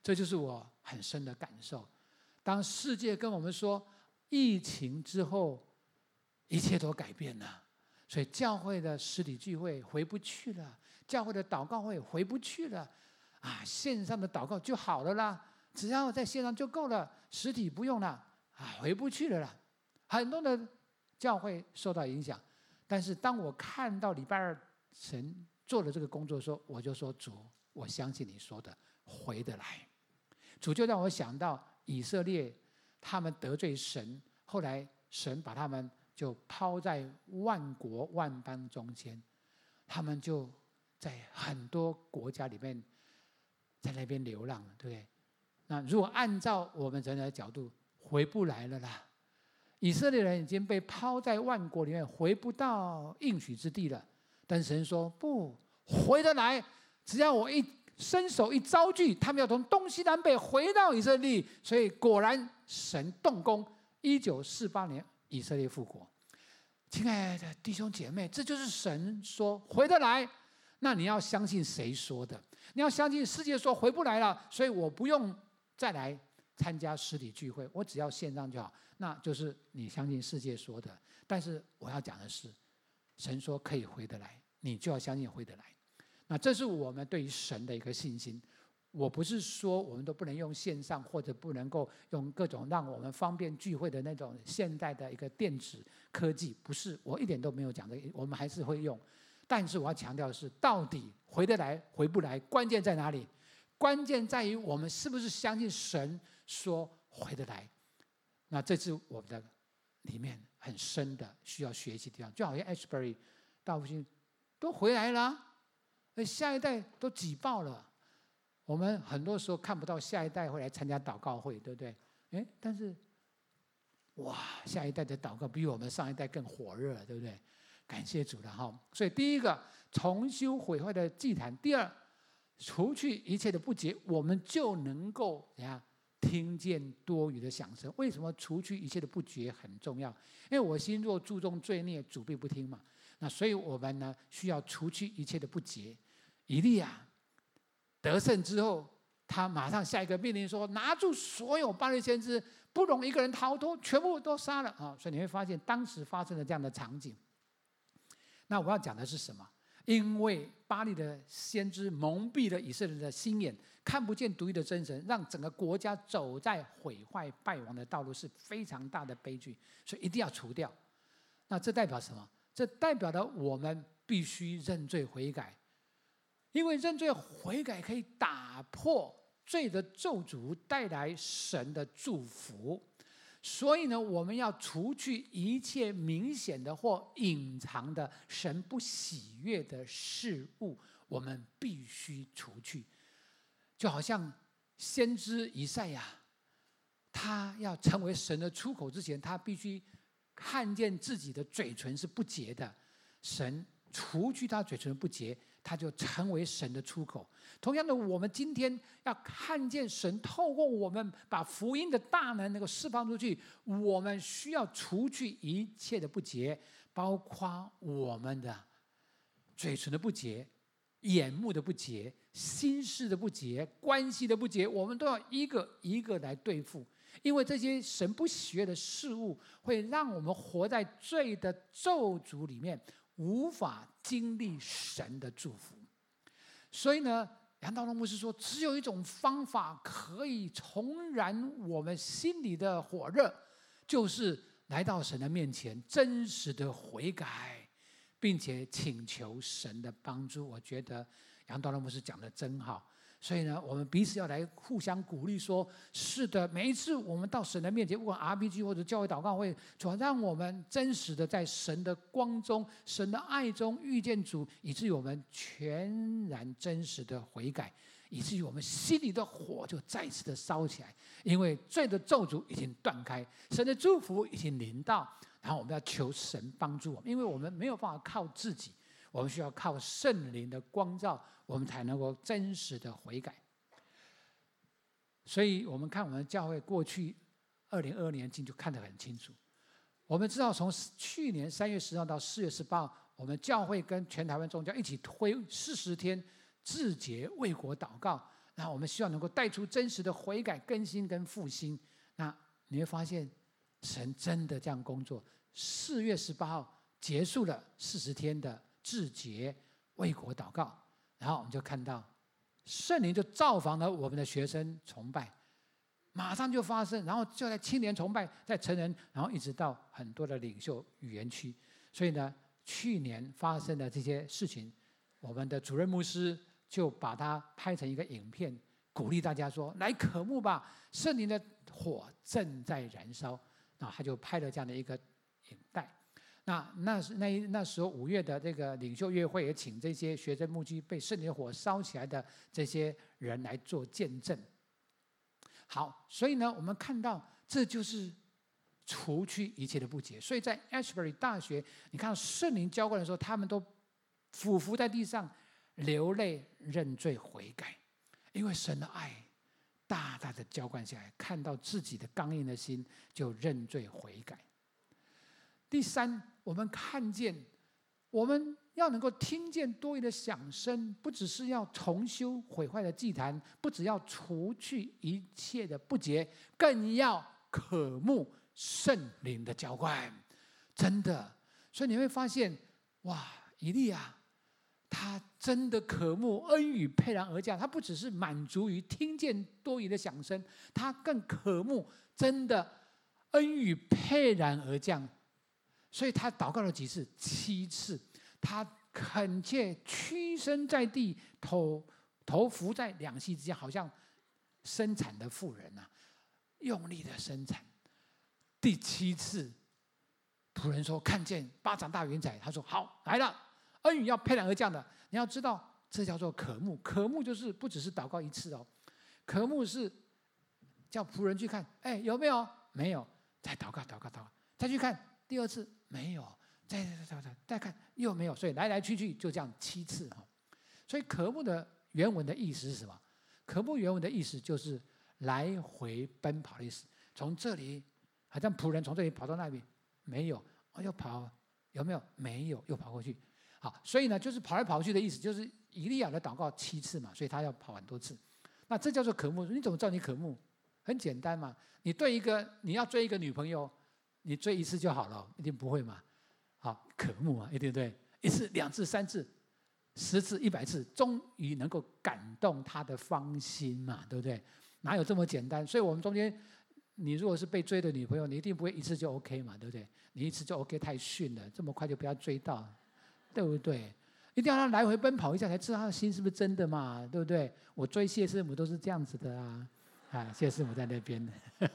这就是我很深的感受。当世界跟我们说疫情之后一切都改变了，所以教会的实体聚会回不去了，教会的祷告会回不去了啊，线上的祷告就好了啦，只要在线上就够了，实体不用了啊，回不去了啦。很多的教会受到影响，但是当我看到礼拜二神做了这个工作的时候，我就说主，我相信你说的回得来。主就让我想到以色列他们得罪神，后来神把他们就抛在万国万邦中间，他们就在很多国家里面在那边流浪了，对不对？那如果按照我们人的角度，回不来了啦。以色列人已经被抛在万国里面，回不到应许之地了。但神说不，回得来，只要我一伸手一招聚，他们要从东西南北回到以色列。所以果然神动工，1948年以色列复国。亲爱的弟兄姐妹，这就是神说回得来。那你要相信谁说的？你要相信世界说回不来了，所以我不用再来参加实体聚会，我只要线上就好。那就是你相信世界说的。但是我要讲的是，神说可以回得来，你就要相信回得来。那这是我们对于神的一个信心。我不是说我们都不能用线上，或者不能够用各种让我们方便聚会的那种现代的一个电子科技，不是，我一点都没有讲的，我们还是会用。但是我要强调的是，到底回得来回不来，关键在哪里？关键在于我们是不是相信神说回得来。那这是我们的里面很深的需要学习的地方。就好像 Ashbury 大复兴都回来了，下一代都挤爆了。我们很多时候看不到下一代会来参加祷告会，对不对？但是哇，下一代的祷告比我们上一代更火热，对不对？感谢主了哈。所以第一个，重修毁坏的祭坛；第二，除去一切的不洁，我们就能够怎样听见多余的响声。为什么除去一切的不洁很重要？因为我心若注重罪孽，主必不听嘛。那所以我们呢，需要除去一切的不洁。以利亚得胜之后，他马上下一个命令说：拿住所有巴力先知，不容一个人逃脱，全部都杀了啊！所以你会发现，当时发生了这样的场景。那我要讲的是什么？因为巴力的先知蒙蔽了以色列人的心眼，看不见独一的真神，让整个国家走在毁坏败亡的道路，是非常大的悲剧，所以一定要除掉。那这代表什么？这代表了我们必须认罪悔改，因为认罪悔改可以打破罪的咒诅，带来神的祝福。所以呢，我们要除去一切明显的或隐藏的神不喜悦的事物，我们必须除去。就好像先知以赛亚，他要成为神的出口之前，他必须看见自己的嘴唇是不洁的，神除去他嘴唇的不洁，他就成为神的出口。同样的，我们今天要看见神透过我们把福音的大能能够释放出去，我们需要除去一切的不洁，包括我们的嘴唇的不洁、眼目的不洁、心事的不洁、关系的不洁，我们都要一个一个来对付。因为这些神不喜悦的事物，会让我们活在罪的咒诅里面，无法经历神的祝福。所以呢，杨道龙牧师说，只有一种方法可以重燃我们心里的火热，就是来到神的面前，真实的悔改，并且请求神的帮助。我觉得杨道龙牧师讲的真好。所以呢，我们彼此要来互相鼓励说，是的，每一次我们到神的面前，不管 RPG 或者教会祷告会，主要让我们真实的在神的光中、神的爱中遇见主，以至于我们全然真实的悔改，以至于我们心里的火就再次的烧起来。因为罪的咒诅已经断开，神的祝福已经临到，然后我们要求神帮助我们，因为我们没有办法靠自己，我们需要靠圣灵的光照，我们才能够真实的悔改。所以我们看我们教会过去2022年就看得很清楚。我们知道从去年3月10号到4月18号，我们教会跟全台湾宗教一起推40天自洁为国祷告， 然后我们希望能够带出真实的悔改、更新跟复兴。那你会发现，神真的这样工作。4月18号结束了40天的志节为国祷告，然后我们就看到圣灵就造访了我们的学生崇拜，马上就发生，然后就在青年崇拜，在成人，然后一直到很多的领袖语言区。所以呢，去年发生的这些事情，我们的主任牧师就把它拍成一个影片，鼓励大家说：“来渴慕吧，圣灵的火正在燃烧。”然后他就拍了这样的一个影带。那时候5月的这个领袖约会也请这些学生牧区被圣灵的火烧起来的这些人来做见证。好，所以呢，我们看到这就是除去一切的不洁。所以在 Ashbury 大学，你看到圣灵浇灌的时候，他们都俯伏在地上流泪认罪悔改，因为神的爱大大的浇灌下来，看到自己的刚硬的心就认罪悔改。第三，我们看见我们要能够听见多余的响声，不只是要重修毁坏的祭坛，不只要除去一切的不洁，更要渴慕圣灵的浇灌。真的，所以你会发现，哇，以利亚他真的渴慕恩雨沛然而降，他不只是满足于听见多余的响声，他更渴慕真的恩雨沛然而降。所以他祷告了几次？7次。他恳切屈身在地，头伏在两膝之间，好像生产的妇人啊，用力的生产。第7次，仆人说看见巴掌大云彩，他说好来了，恩雨要沛然而降的。你要知道，这叫做渴慕。渴慕就是不只是祷告一次哦，渴慕是叫仆人去看，哎，有没有？没有，再祷告，再去看第2次，没有。再看又没有，所以来来去去就这样7次哈。所以渴慕的原文的意思是什么？渴慕原文的意思就是来回奔跑的意思。从这里好像仆人从这里跑到那里，没有，又跑，有没有？没有，又跑过去。好，所以呢，就是跑来跑去的意思，就是以利亚的祷告7次嘛，所以他要跑很多次。那这叫做渴慕。你怎么知道你渴慕？很简单嘛，你要追一个女朋友，你追1次就好了，一定不会嘛。好，渴慕啊，对不对？1次、2次、3次、10次、100次，终于能够感动他的芳心嘛，对不对？哪有这么简单？所以我们中间，你如果是被追的女朋友，你一定不会1次就 OK 嘛，对不对？你1次就 OK 太逊了，这么快就不要追到，对不对？一定要让他来回奔跑一下，才知道他的心是不是真的嘛，对不对？我追谢师母都是这样子的啊，谢师母在那边，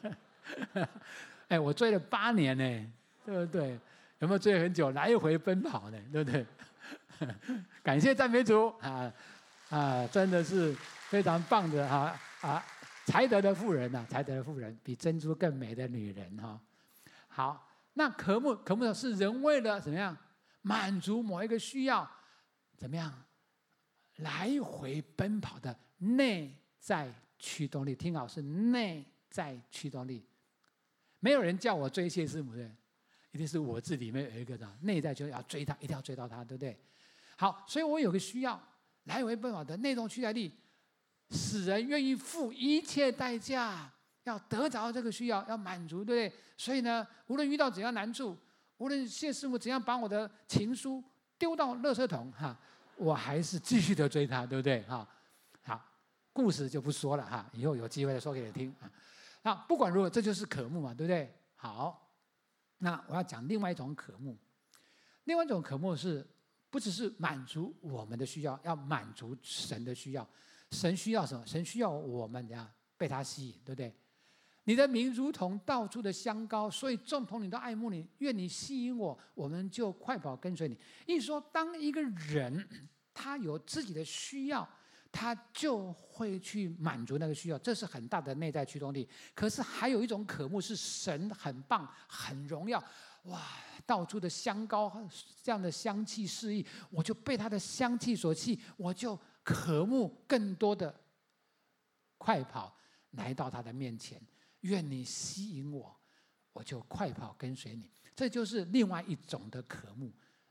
哎，我追了8年呢，对不对？有没有追很久？来回奔跑呢，对不对？感谢赞美主真的是非常棒的才德的妇人才德的妇人，比珍珠更美的女人哈。好，那渴慕是人为了怎么样满足某一个需要，怎么样来回奔跑的内在驱动力。听好，是内在驱动力。没有人叫我追谢师母的。一定是我自己里面有一个内在，就要追他，一定要追到他，对不对？好，所以我有个需要，来回奔跑的内动驱动力，使人愿意付一切代价，要得着这个需要，要满足，对不对？所以呢，无论遇到怎样难处，无论谢师母怎样把我的情书丢到垃圾桶我还是继续的追他，对不对？好，故事就不说了以后有机会再说给你听不管如何，这就是渴慕嘛，对不对？好。那我要讲另外一种渴慕，另外一种渴慕是不只是满足我们的需要，要满足神的需要。神需要什么？神需要我们被他吸引，对不对？你的名如同到处的香膏，所以众童女都爱慕你。愿你吸引我，我们就快跑跟随你。意思说，当一个人他有自己的需要，他就会去满足那个需要，这是很大的内在驱动力。可是还有一种渴慕是神很棒、很荣耀，哇，到处的香膏这样的香气四溢，我就被他的香气所吸，我就渴慕更多的快跑来到他的面前。愿你吸引我，我就快跑跟随你。这就是另外一种的渴慕。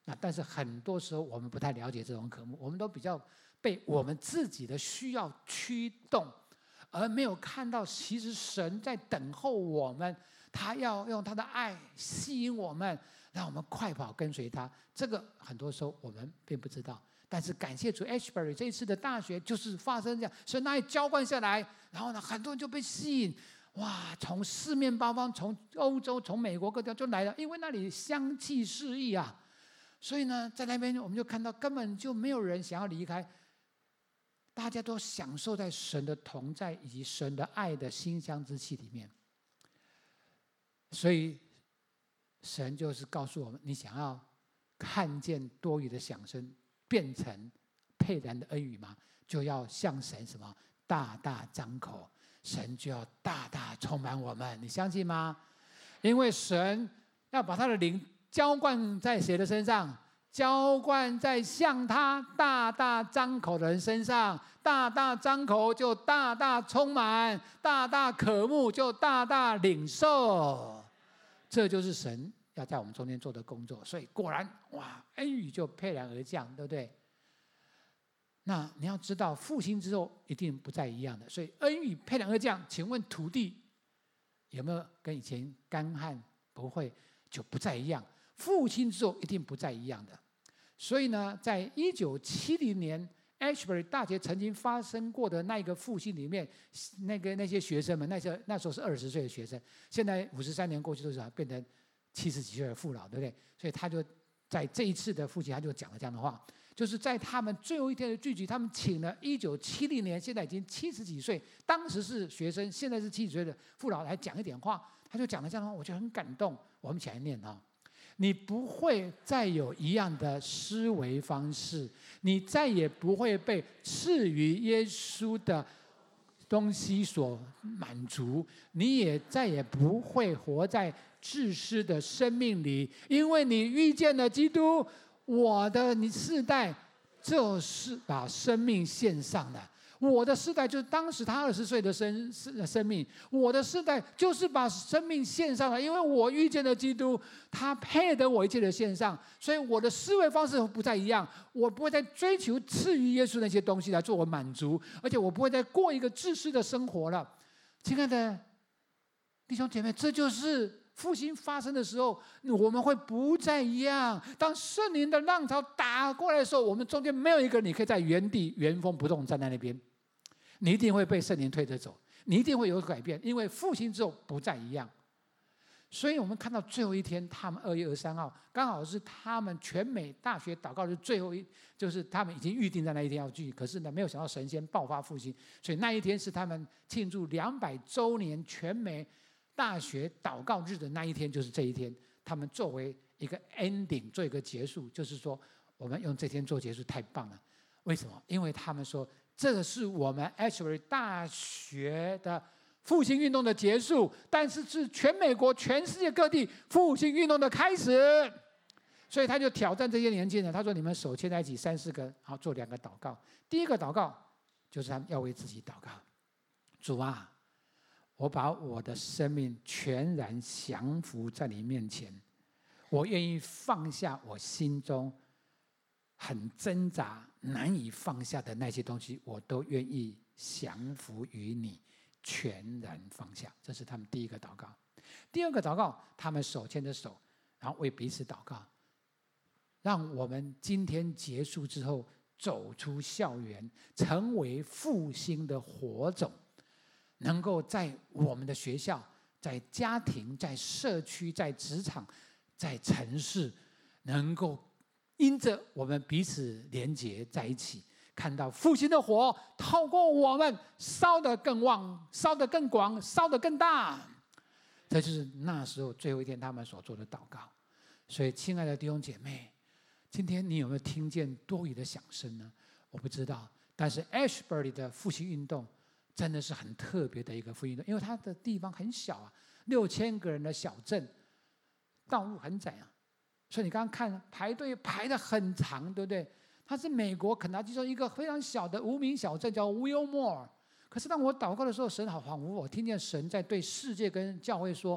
但是很多时候我们不太了解这种渴慕，我们都比较被我们自己的需要驱动，而没有看到其实神在等候我们，他要用他的爱吸引我们，让我们快跑跟随他。这个很多时候我们并不知道，但是感谢主 Ashbury 这一次的大学就是发生这样，神的爱浇灌下来，然后呢，很多人就被吸引，哇，从四面八方，从欧洲，从美国各地就来了，因为那里香气四溢啊。所以呢，在那边我们就看到根本就没有人想要离开，大家都享受在神的同在以及神的爱的馨香之气里面。所以神就是告诉我们，你想要看见多余的响声变成沛然的恩雨吗？就要向神什么大大张口，神就要大大充满我们，你相信吗？因为神要把他的灵浇灌在谁的身上？浇灌在向他大大张口的人身上。大大张口就大大充满，大大渴慕就大大领受。这就是神要在我们中间做的工作。所以果然，哇，恩雨就沛然而降，对不对？那你要知道，复兴之后一定不再一样的。所以恩雨沛然而降，请问土地有没有跟以前干旱？不会，就不再一样。复兴之后一定不再一样的。所以呢，在1970年 Ashbury 大学曾经发生过的那一个复兴里面，那些学生们，那时候是20岁的学生，现在53年过去都是变成70几岁的父老，对不对？所以他就在这一次的复兴，他就讲了这样的话，就是在他们最后一天的聚集，他们请了1970年现在已经70几岁，当时是学生，现在是70几岁的父老来讲一点话，他就讲了这样的话，我觉得很感动。我们一起来念啊。你不会再有一样的思维方式，你再也不会被赐予耶稣的东西所满足，你也再也不会活在自私的生命里，因为你遇见了基督。我的世代就是把生命献上的。我的世代就是当时他20岁的生命，我的世代就是把生命献上了，因为我遇见了基督，他配得我一切的献上，所以我的思维方式不再一样，我不会再追求赐予耶稣那些东西来做我满足，而且我不会再过一个自私的生活了。亲爱的弟兄姐妹，这就是复兴发生的时候，我们会不再一样。当圣灵的浪潮打过来的时候，我们中间没有一个你可以在原地原封不动站在那边，你一定会被圣灵推着走，你一定会有改变，因为复兴之后不再一样。所以我们看到最后一天，他们2月23号刚好是他们全美大学祷告的最后一，就是他们已经预定在那一天要聚，可是呢，没有想到神仙爆发复兴，所以那一天是他们庆祝200周年全美大学祷告日的那一天，就是这一天，他们作为一个 ending， 做一个结束，就是说我们用这天做结束，太棒了。为什么？因为他们说这个是我们 Ashbury 大学的复兴运动的结束，但是是全美国、全世界各地复兴运动的开始。所以他就挑战这些年轻人，他说：“你们手牵在一起3、4个，然后做2个祷告。第一个祷告就是他们要为自己祷告，主啊，我把我的生命全然降服在你面前，我愿意放下我心中很挣扎难以放下的那些东西，我都愿意降服于你，全然放下。”这是他们第一个祷告。第二个祷告，他们手牵着手，然后为彼此祷告，让我们今天结束之后走出校园，成为复兴的火种，能够在我们的学校、在家庭、在社区、在职场、在城市，能够因着我们彼此连结在一起，看到复兴的火透过我们烧得更旺、烧得更广、烧得更大。这就是那时候最后一天他们所做的祷告。所以亲爱的弟兄姐妹，今天你有没有听见多余的响声呢？我不知道，但是 Ashbury 的复兴运动真的是很特别的一个复兴运动，因为它的地方很小啊，6000个人的小镇，道路很窄啊，所以你刚刚看排队排得很长，对不对？它是美国肯塔基州一个非常小的无名小镇，叫 Wilmore。可是当我祷告的时候，神好仿佛我听见神在对世界跟教会说：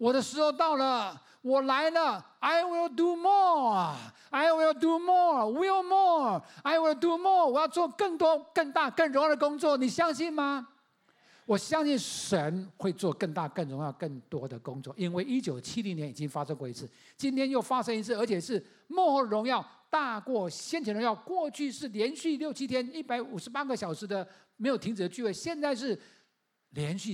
我的时候到了，我来了。I will do more. I will do more. Will more. I will do more. 我要做更多、更大、更荣耀的工作，你相信吗？我相信神会做更大、更荣耀、更多的工作，因为1970年已经发生过一次，今天又发生一次，而且是末后荣耀大过先前荣耀。过去是连续6、7天158个小时的没有停止的聚会，现在是连续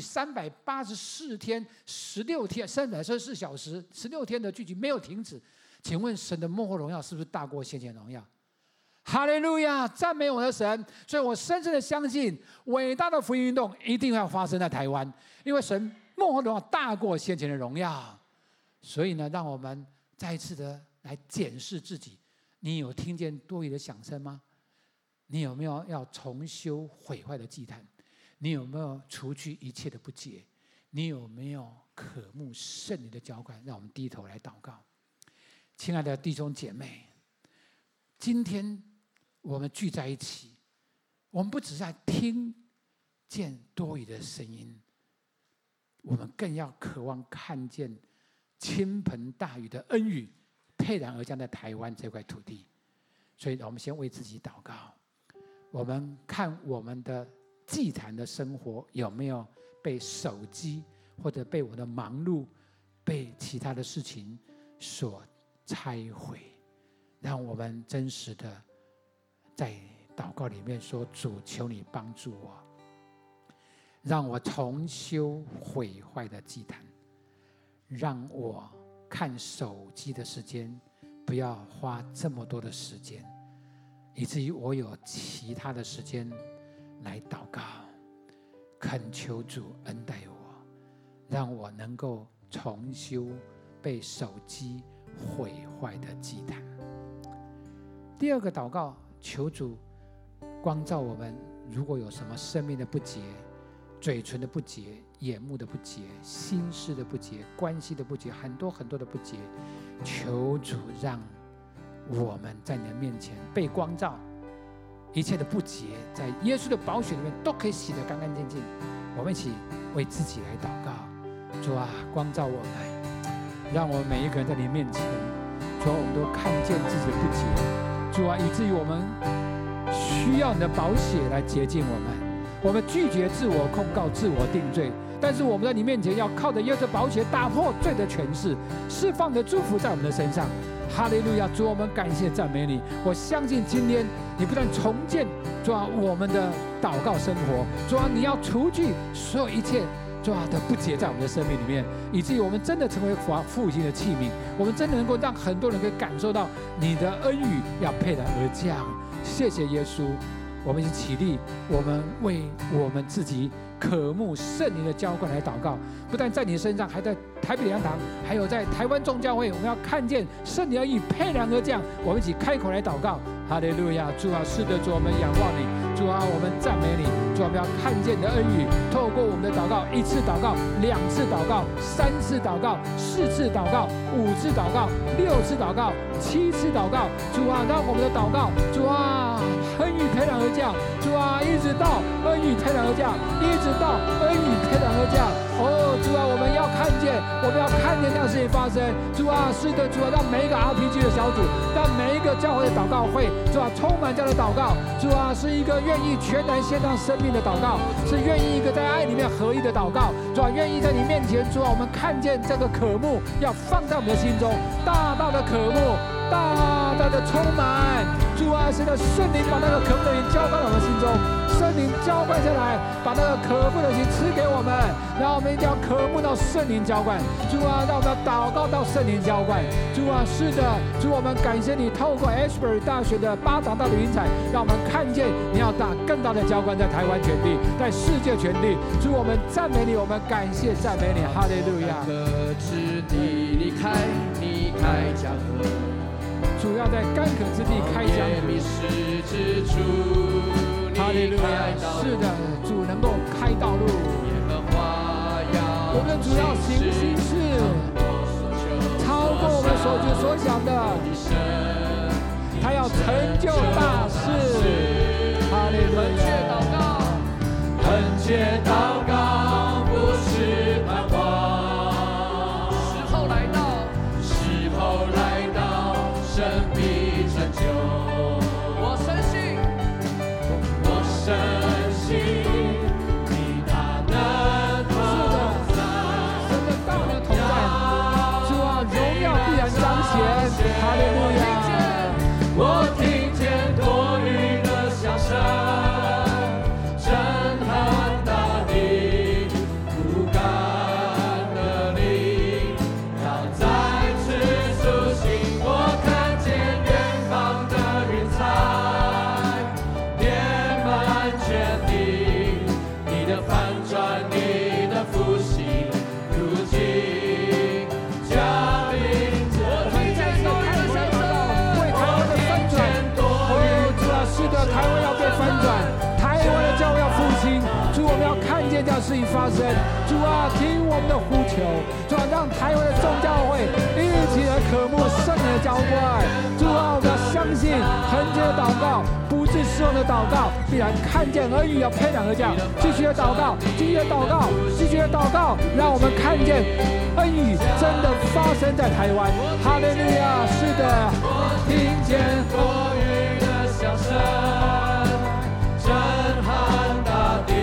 384天16天334小时16天的聚集没有停止。请问神的末后荣耀是不是大过先前荣耀？哈利路亚，赞美我的神！所以我深深的相信，伟大的福音运动一定要发生在台湾，因为神末后荣耀大过先前的荣耀。所以呢，让我们再一次的来检视自己：你有听见多余的响声吗？你有没有要重修毁坏的祭坛？你有没有除去一切的不洁？你有没有渴慕圣灵的浇灌？让我们低头来祷告。亲爱的弟兄姐妹，今天我们聚在一起，我们不只是在听见多余的声音，我们更要渴望看见倾盆大雨的恩雨沛然而降在台湾这块土地。所以我们先为自己祷告，我们看我们的祭坛的生活有没有被手机或者被我的忙碌、被其他的事情所拆毁。让我们真实的在祷告里面说：主，求你帮助我，让我重修毁坏的祭坛，让我看手机的时间不要花这么多的时间，以至于我有其他的时间来祷告。恳求主恩待我，让我能够重修被手机毁坏的祭坛。第二个祷告，求主光照我们，如果有什么生命的不洁、嘴唇的不洁、眼目的不洁、心思的不洁、关系的不洁，很多很多的不洁，求主让我们在你的面前被光照，一切的不洁在耶稣的宝血里面都可以洗得干干净净。我们一起为自己来祷告。主啊，光照我们，让我们每一个人在你面前，主啊，我们都看见自己的不洁，主啊，以至于我们需要你的宝血来洁净我们。我们拒绝自我控告、自我定罪，但是我们在你面前要靠着耶稣的宝血打破罪的权势，释放的祝福在我们的身上。哈利路亚！主，我们感谢赞美你。我相信今天你不但重建主啊我们的祷告生活，主啊，你要除去所有一切主啊的不洁在我们的生命里面，以至于我们真的成为复兴的器皿，我们真的能够让很多人可以感受到你的恩雨要沛然而降。谢谢耶稣，我们一起起立，我们为我们自己渴慕圣灵的浇灌来祷告。不但在你身上，还在台北良堂，还有在台湾众教会，我们要看见圣灵的义沛然而降。我们一起开口来祷告。哈利路亚！主啊，是的，主，我们仰望你，主啊，我们赞美你，主啊，我们要看见你的恩雨，透过我们的祷告，1次祷告、2次祷告、3次祷告、4次祷告、5次祷告、6次祷告、7次祷告。主啊，让我们的祷告，主啊，恩雨沛然而降，主啊，一直到恩雨沛然而降，一直到恩雨沛然而降。哦，主啊，我们要看见，我们要看见这样的事情发生。主啊，是的，主啊，让每一个 RPG 的小组，让每一个教会的祷告会，主啊，充满这样的祷告。主啊，是一个愿意全然献上生命的祷告，是愿意一个在爱里面合一的祷告。主啊，愿意在你面前，主啊，我们看见这个渴慕要放在我们的心中，大大的渴慕，大大的充满。主啊，是的，圣灵把那个渴慕的灵浇灌到我们心中，圣灵浇灌下来，把那个渴慕的心赐给我们，然后我们一定要渴慕到圣灵浇灌。主啊，让我们要祷告到圣灵浇灌。主啊，是的，主，我们感谢你，透过 Ashbury 大学的8堂大的云彩，让我们看见你要打更大的浇灌在台湾全地，在世界全地。主，我们赞美你，我们感谢赞美你，哈利路亚。 干渴之地离开江河， 主要在干渴之地开江河。 迷失之处， 哈利路亚！是的，主能够开道路。 耶和华要我们主要行心事，超过我们所觉所想的，他要成就大事。哈利路亚！ 恳切祷告，不是盼望， 翻转，台湾的教会要复兴。主，我们要看见这样事情发生。主啊，听我们的呼求。主啊，让台湾的众教会一起来渴慕圣灵的浇灌。主啊，我们要相信恒久的祷告，不是失望的祷告，必然看见恩雨要沛然而降。继续的祷告，继续的祷告，继续的祷告，让我们看见恩雨真的发生在台湾。哈利路亚！是的，听见火雨的响声，震撼大地。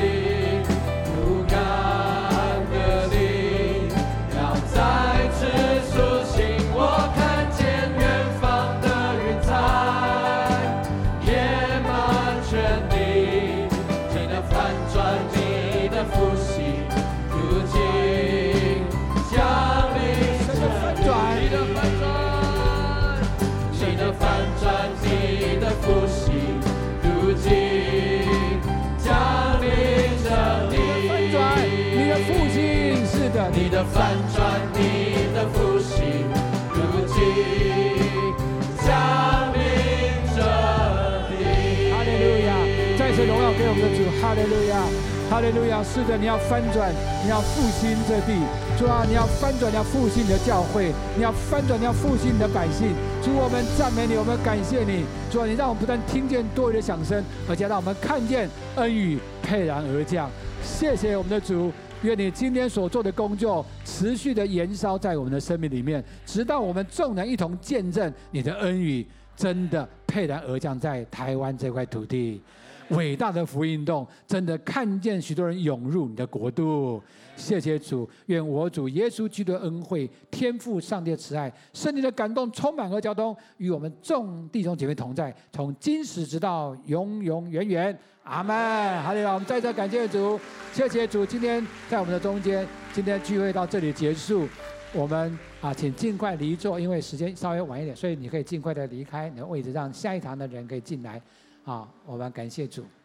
你的翻转，你的复兴，如今降临这地。哈利路亚！再次荣耀给我们的主，哈利路亚，哈利路亚！是的，你要翻转，你要复兴这地。主啊，你要翻转，你要复兴你的教会，你要翻转，你要复兴你的百姓。主，我们赞美你，我们感谢你。主啊，你让我们不但听见多余的响声，而且让我们看见恩雨沛然而降。谢谢我们的主。愿你今天所做的工作持续的燃烧在我们的生命里面，直到我们众人一同见证你的恩雨真的沛然而降在台湾这块土地。伟大的福音运动真的看见许多人涌入你的国度。谢谢主，愿我主耶稣基督的恩惠、天父上帝的慈爱、圣灵的感动充满和交通，与我们众弟兄姐妹同在，从今时直到永永远远。阿们，哈利路亚！我们再次感谢主，谢谢主，今天在我们的中间，今天聚会到这里结束。我们请尽快离座，因为时间稍微晚一点，所以你可以尽快的离开你的位置，让下一堂的人可以进来。我们感谢主。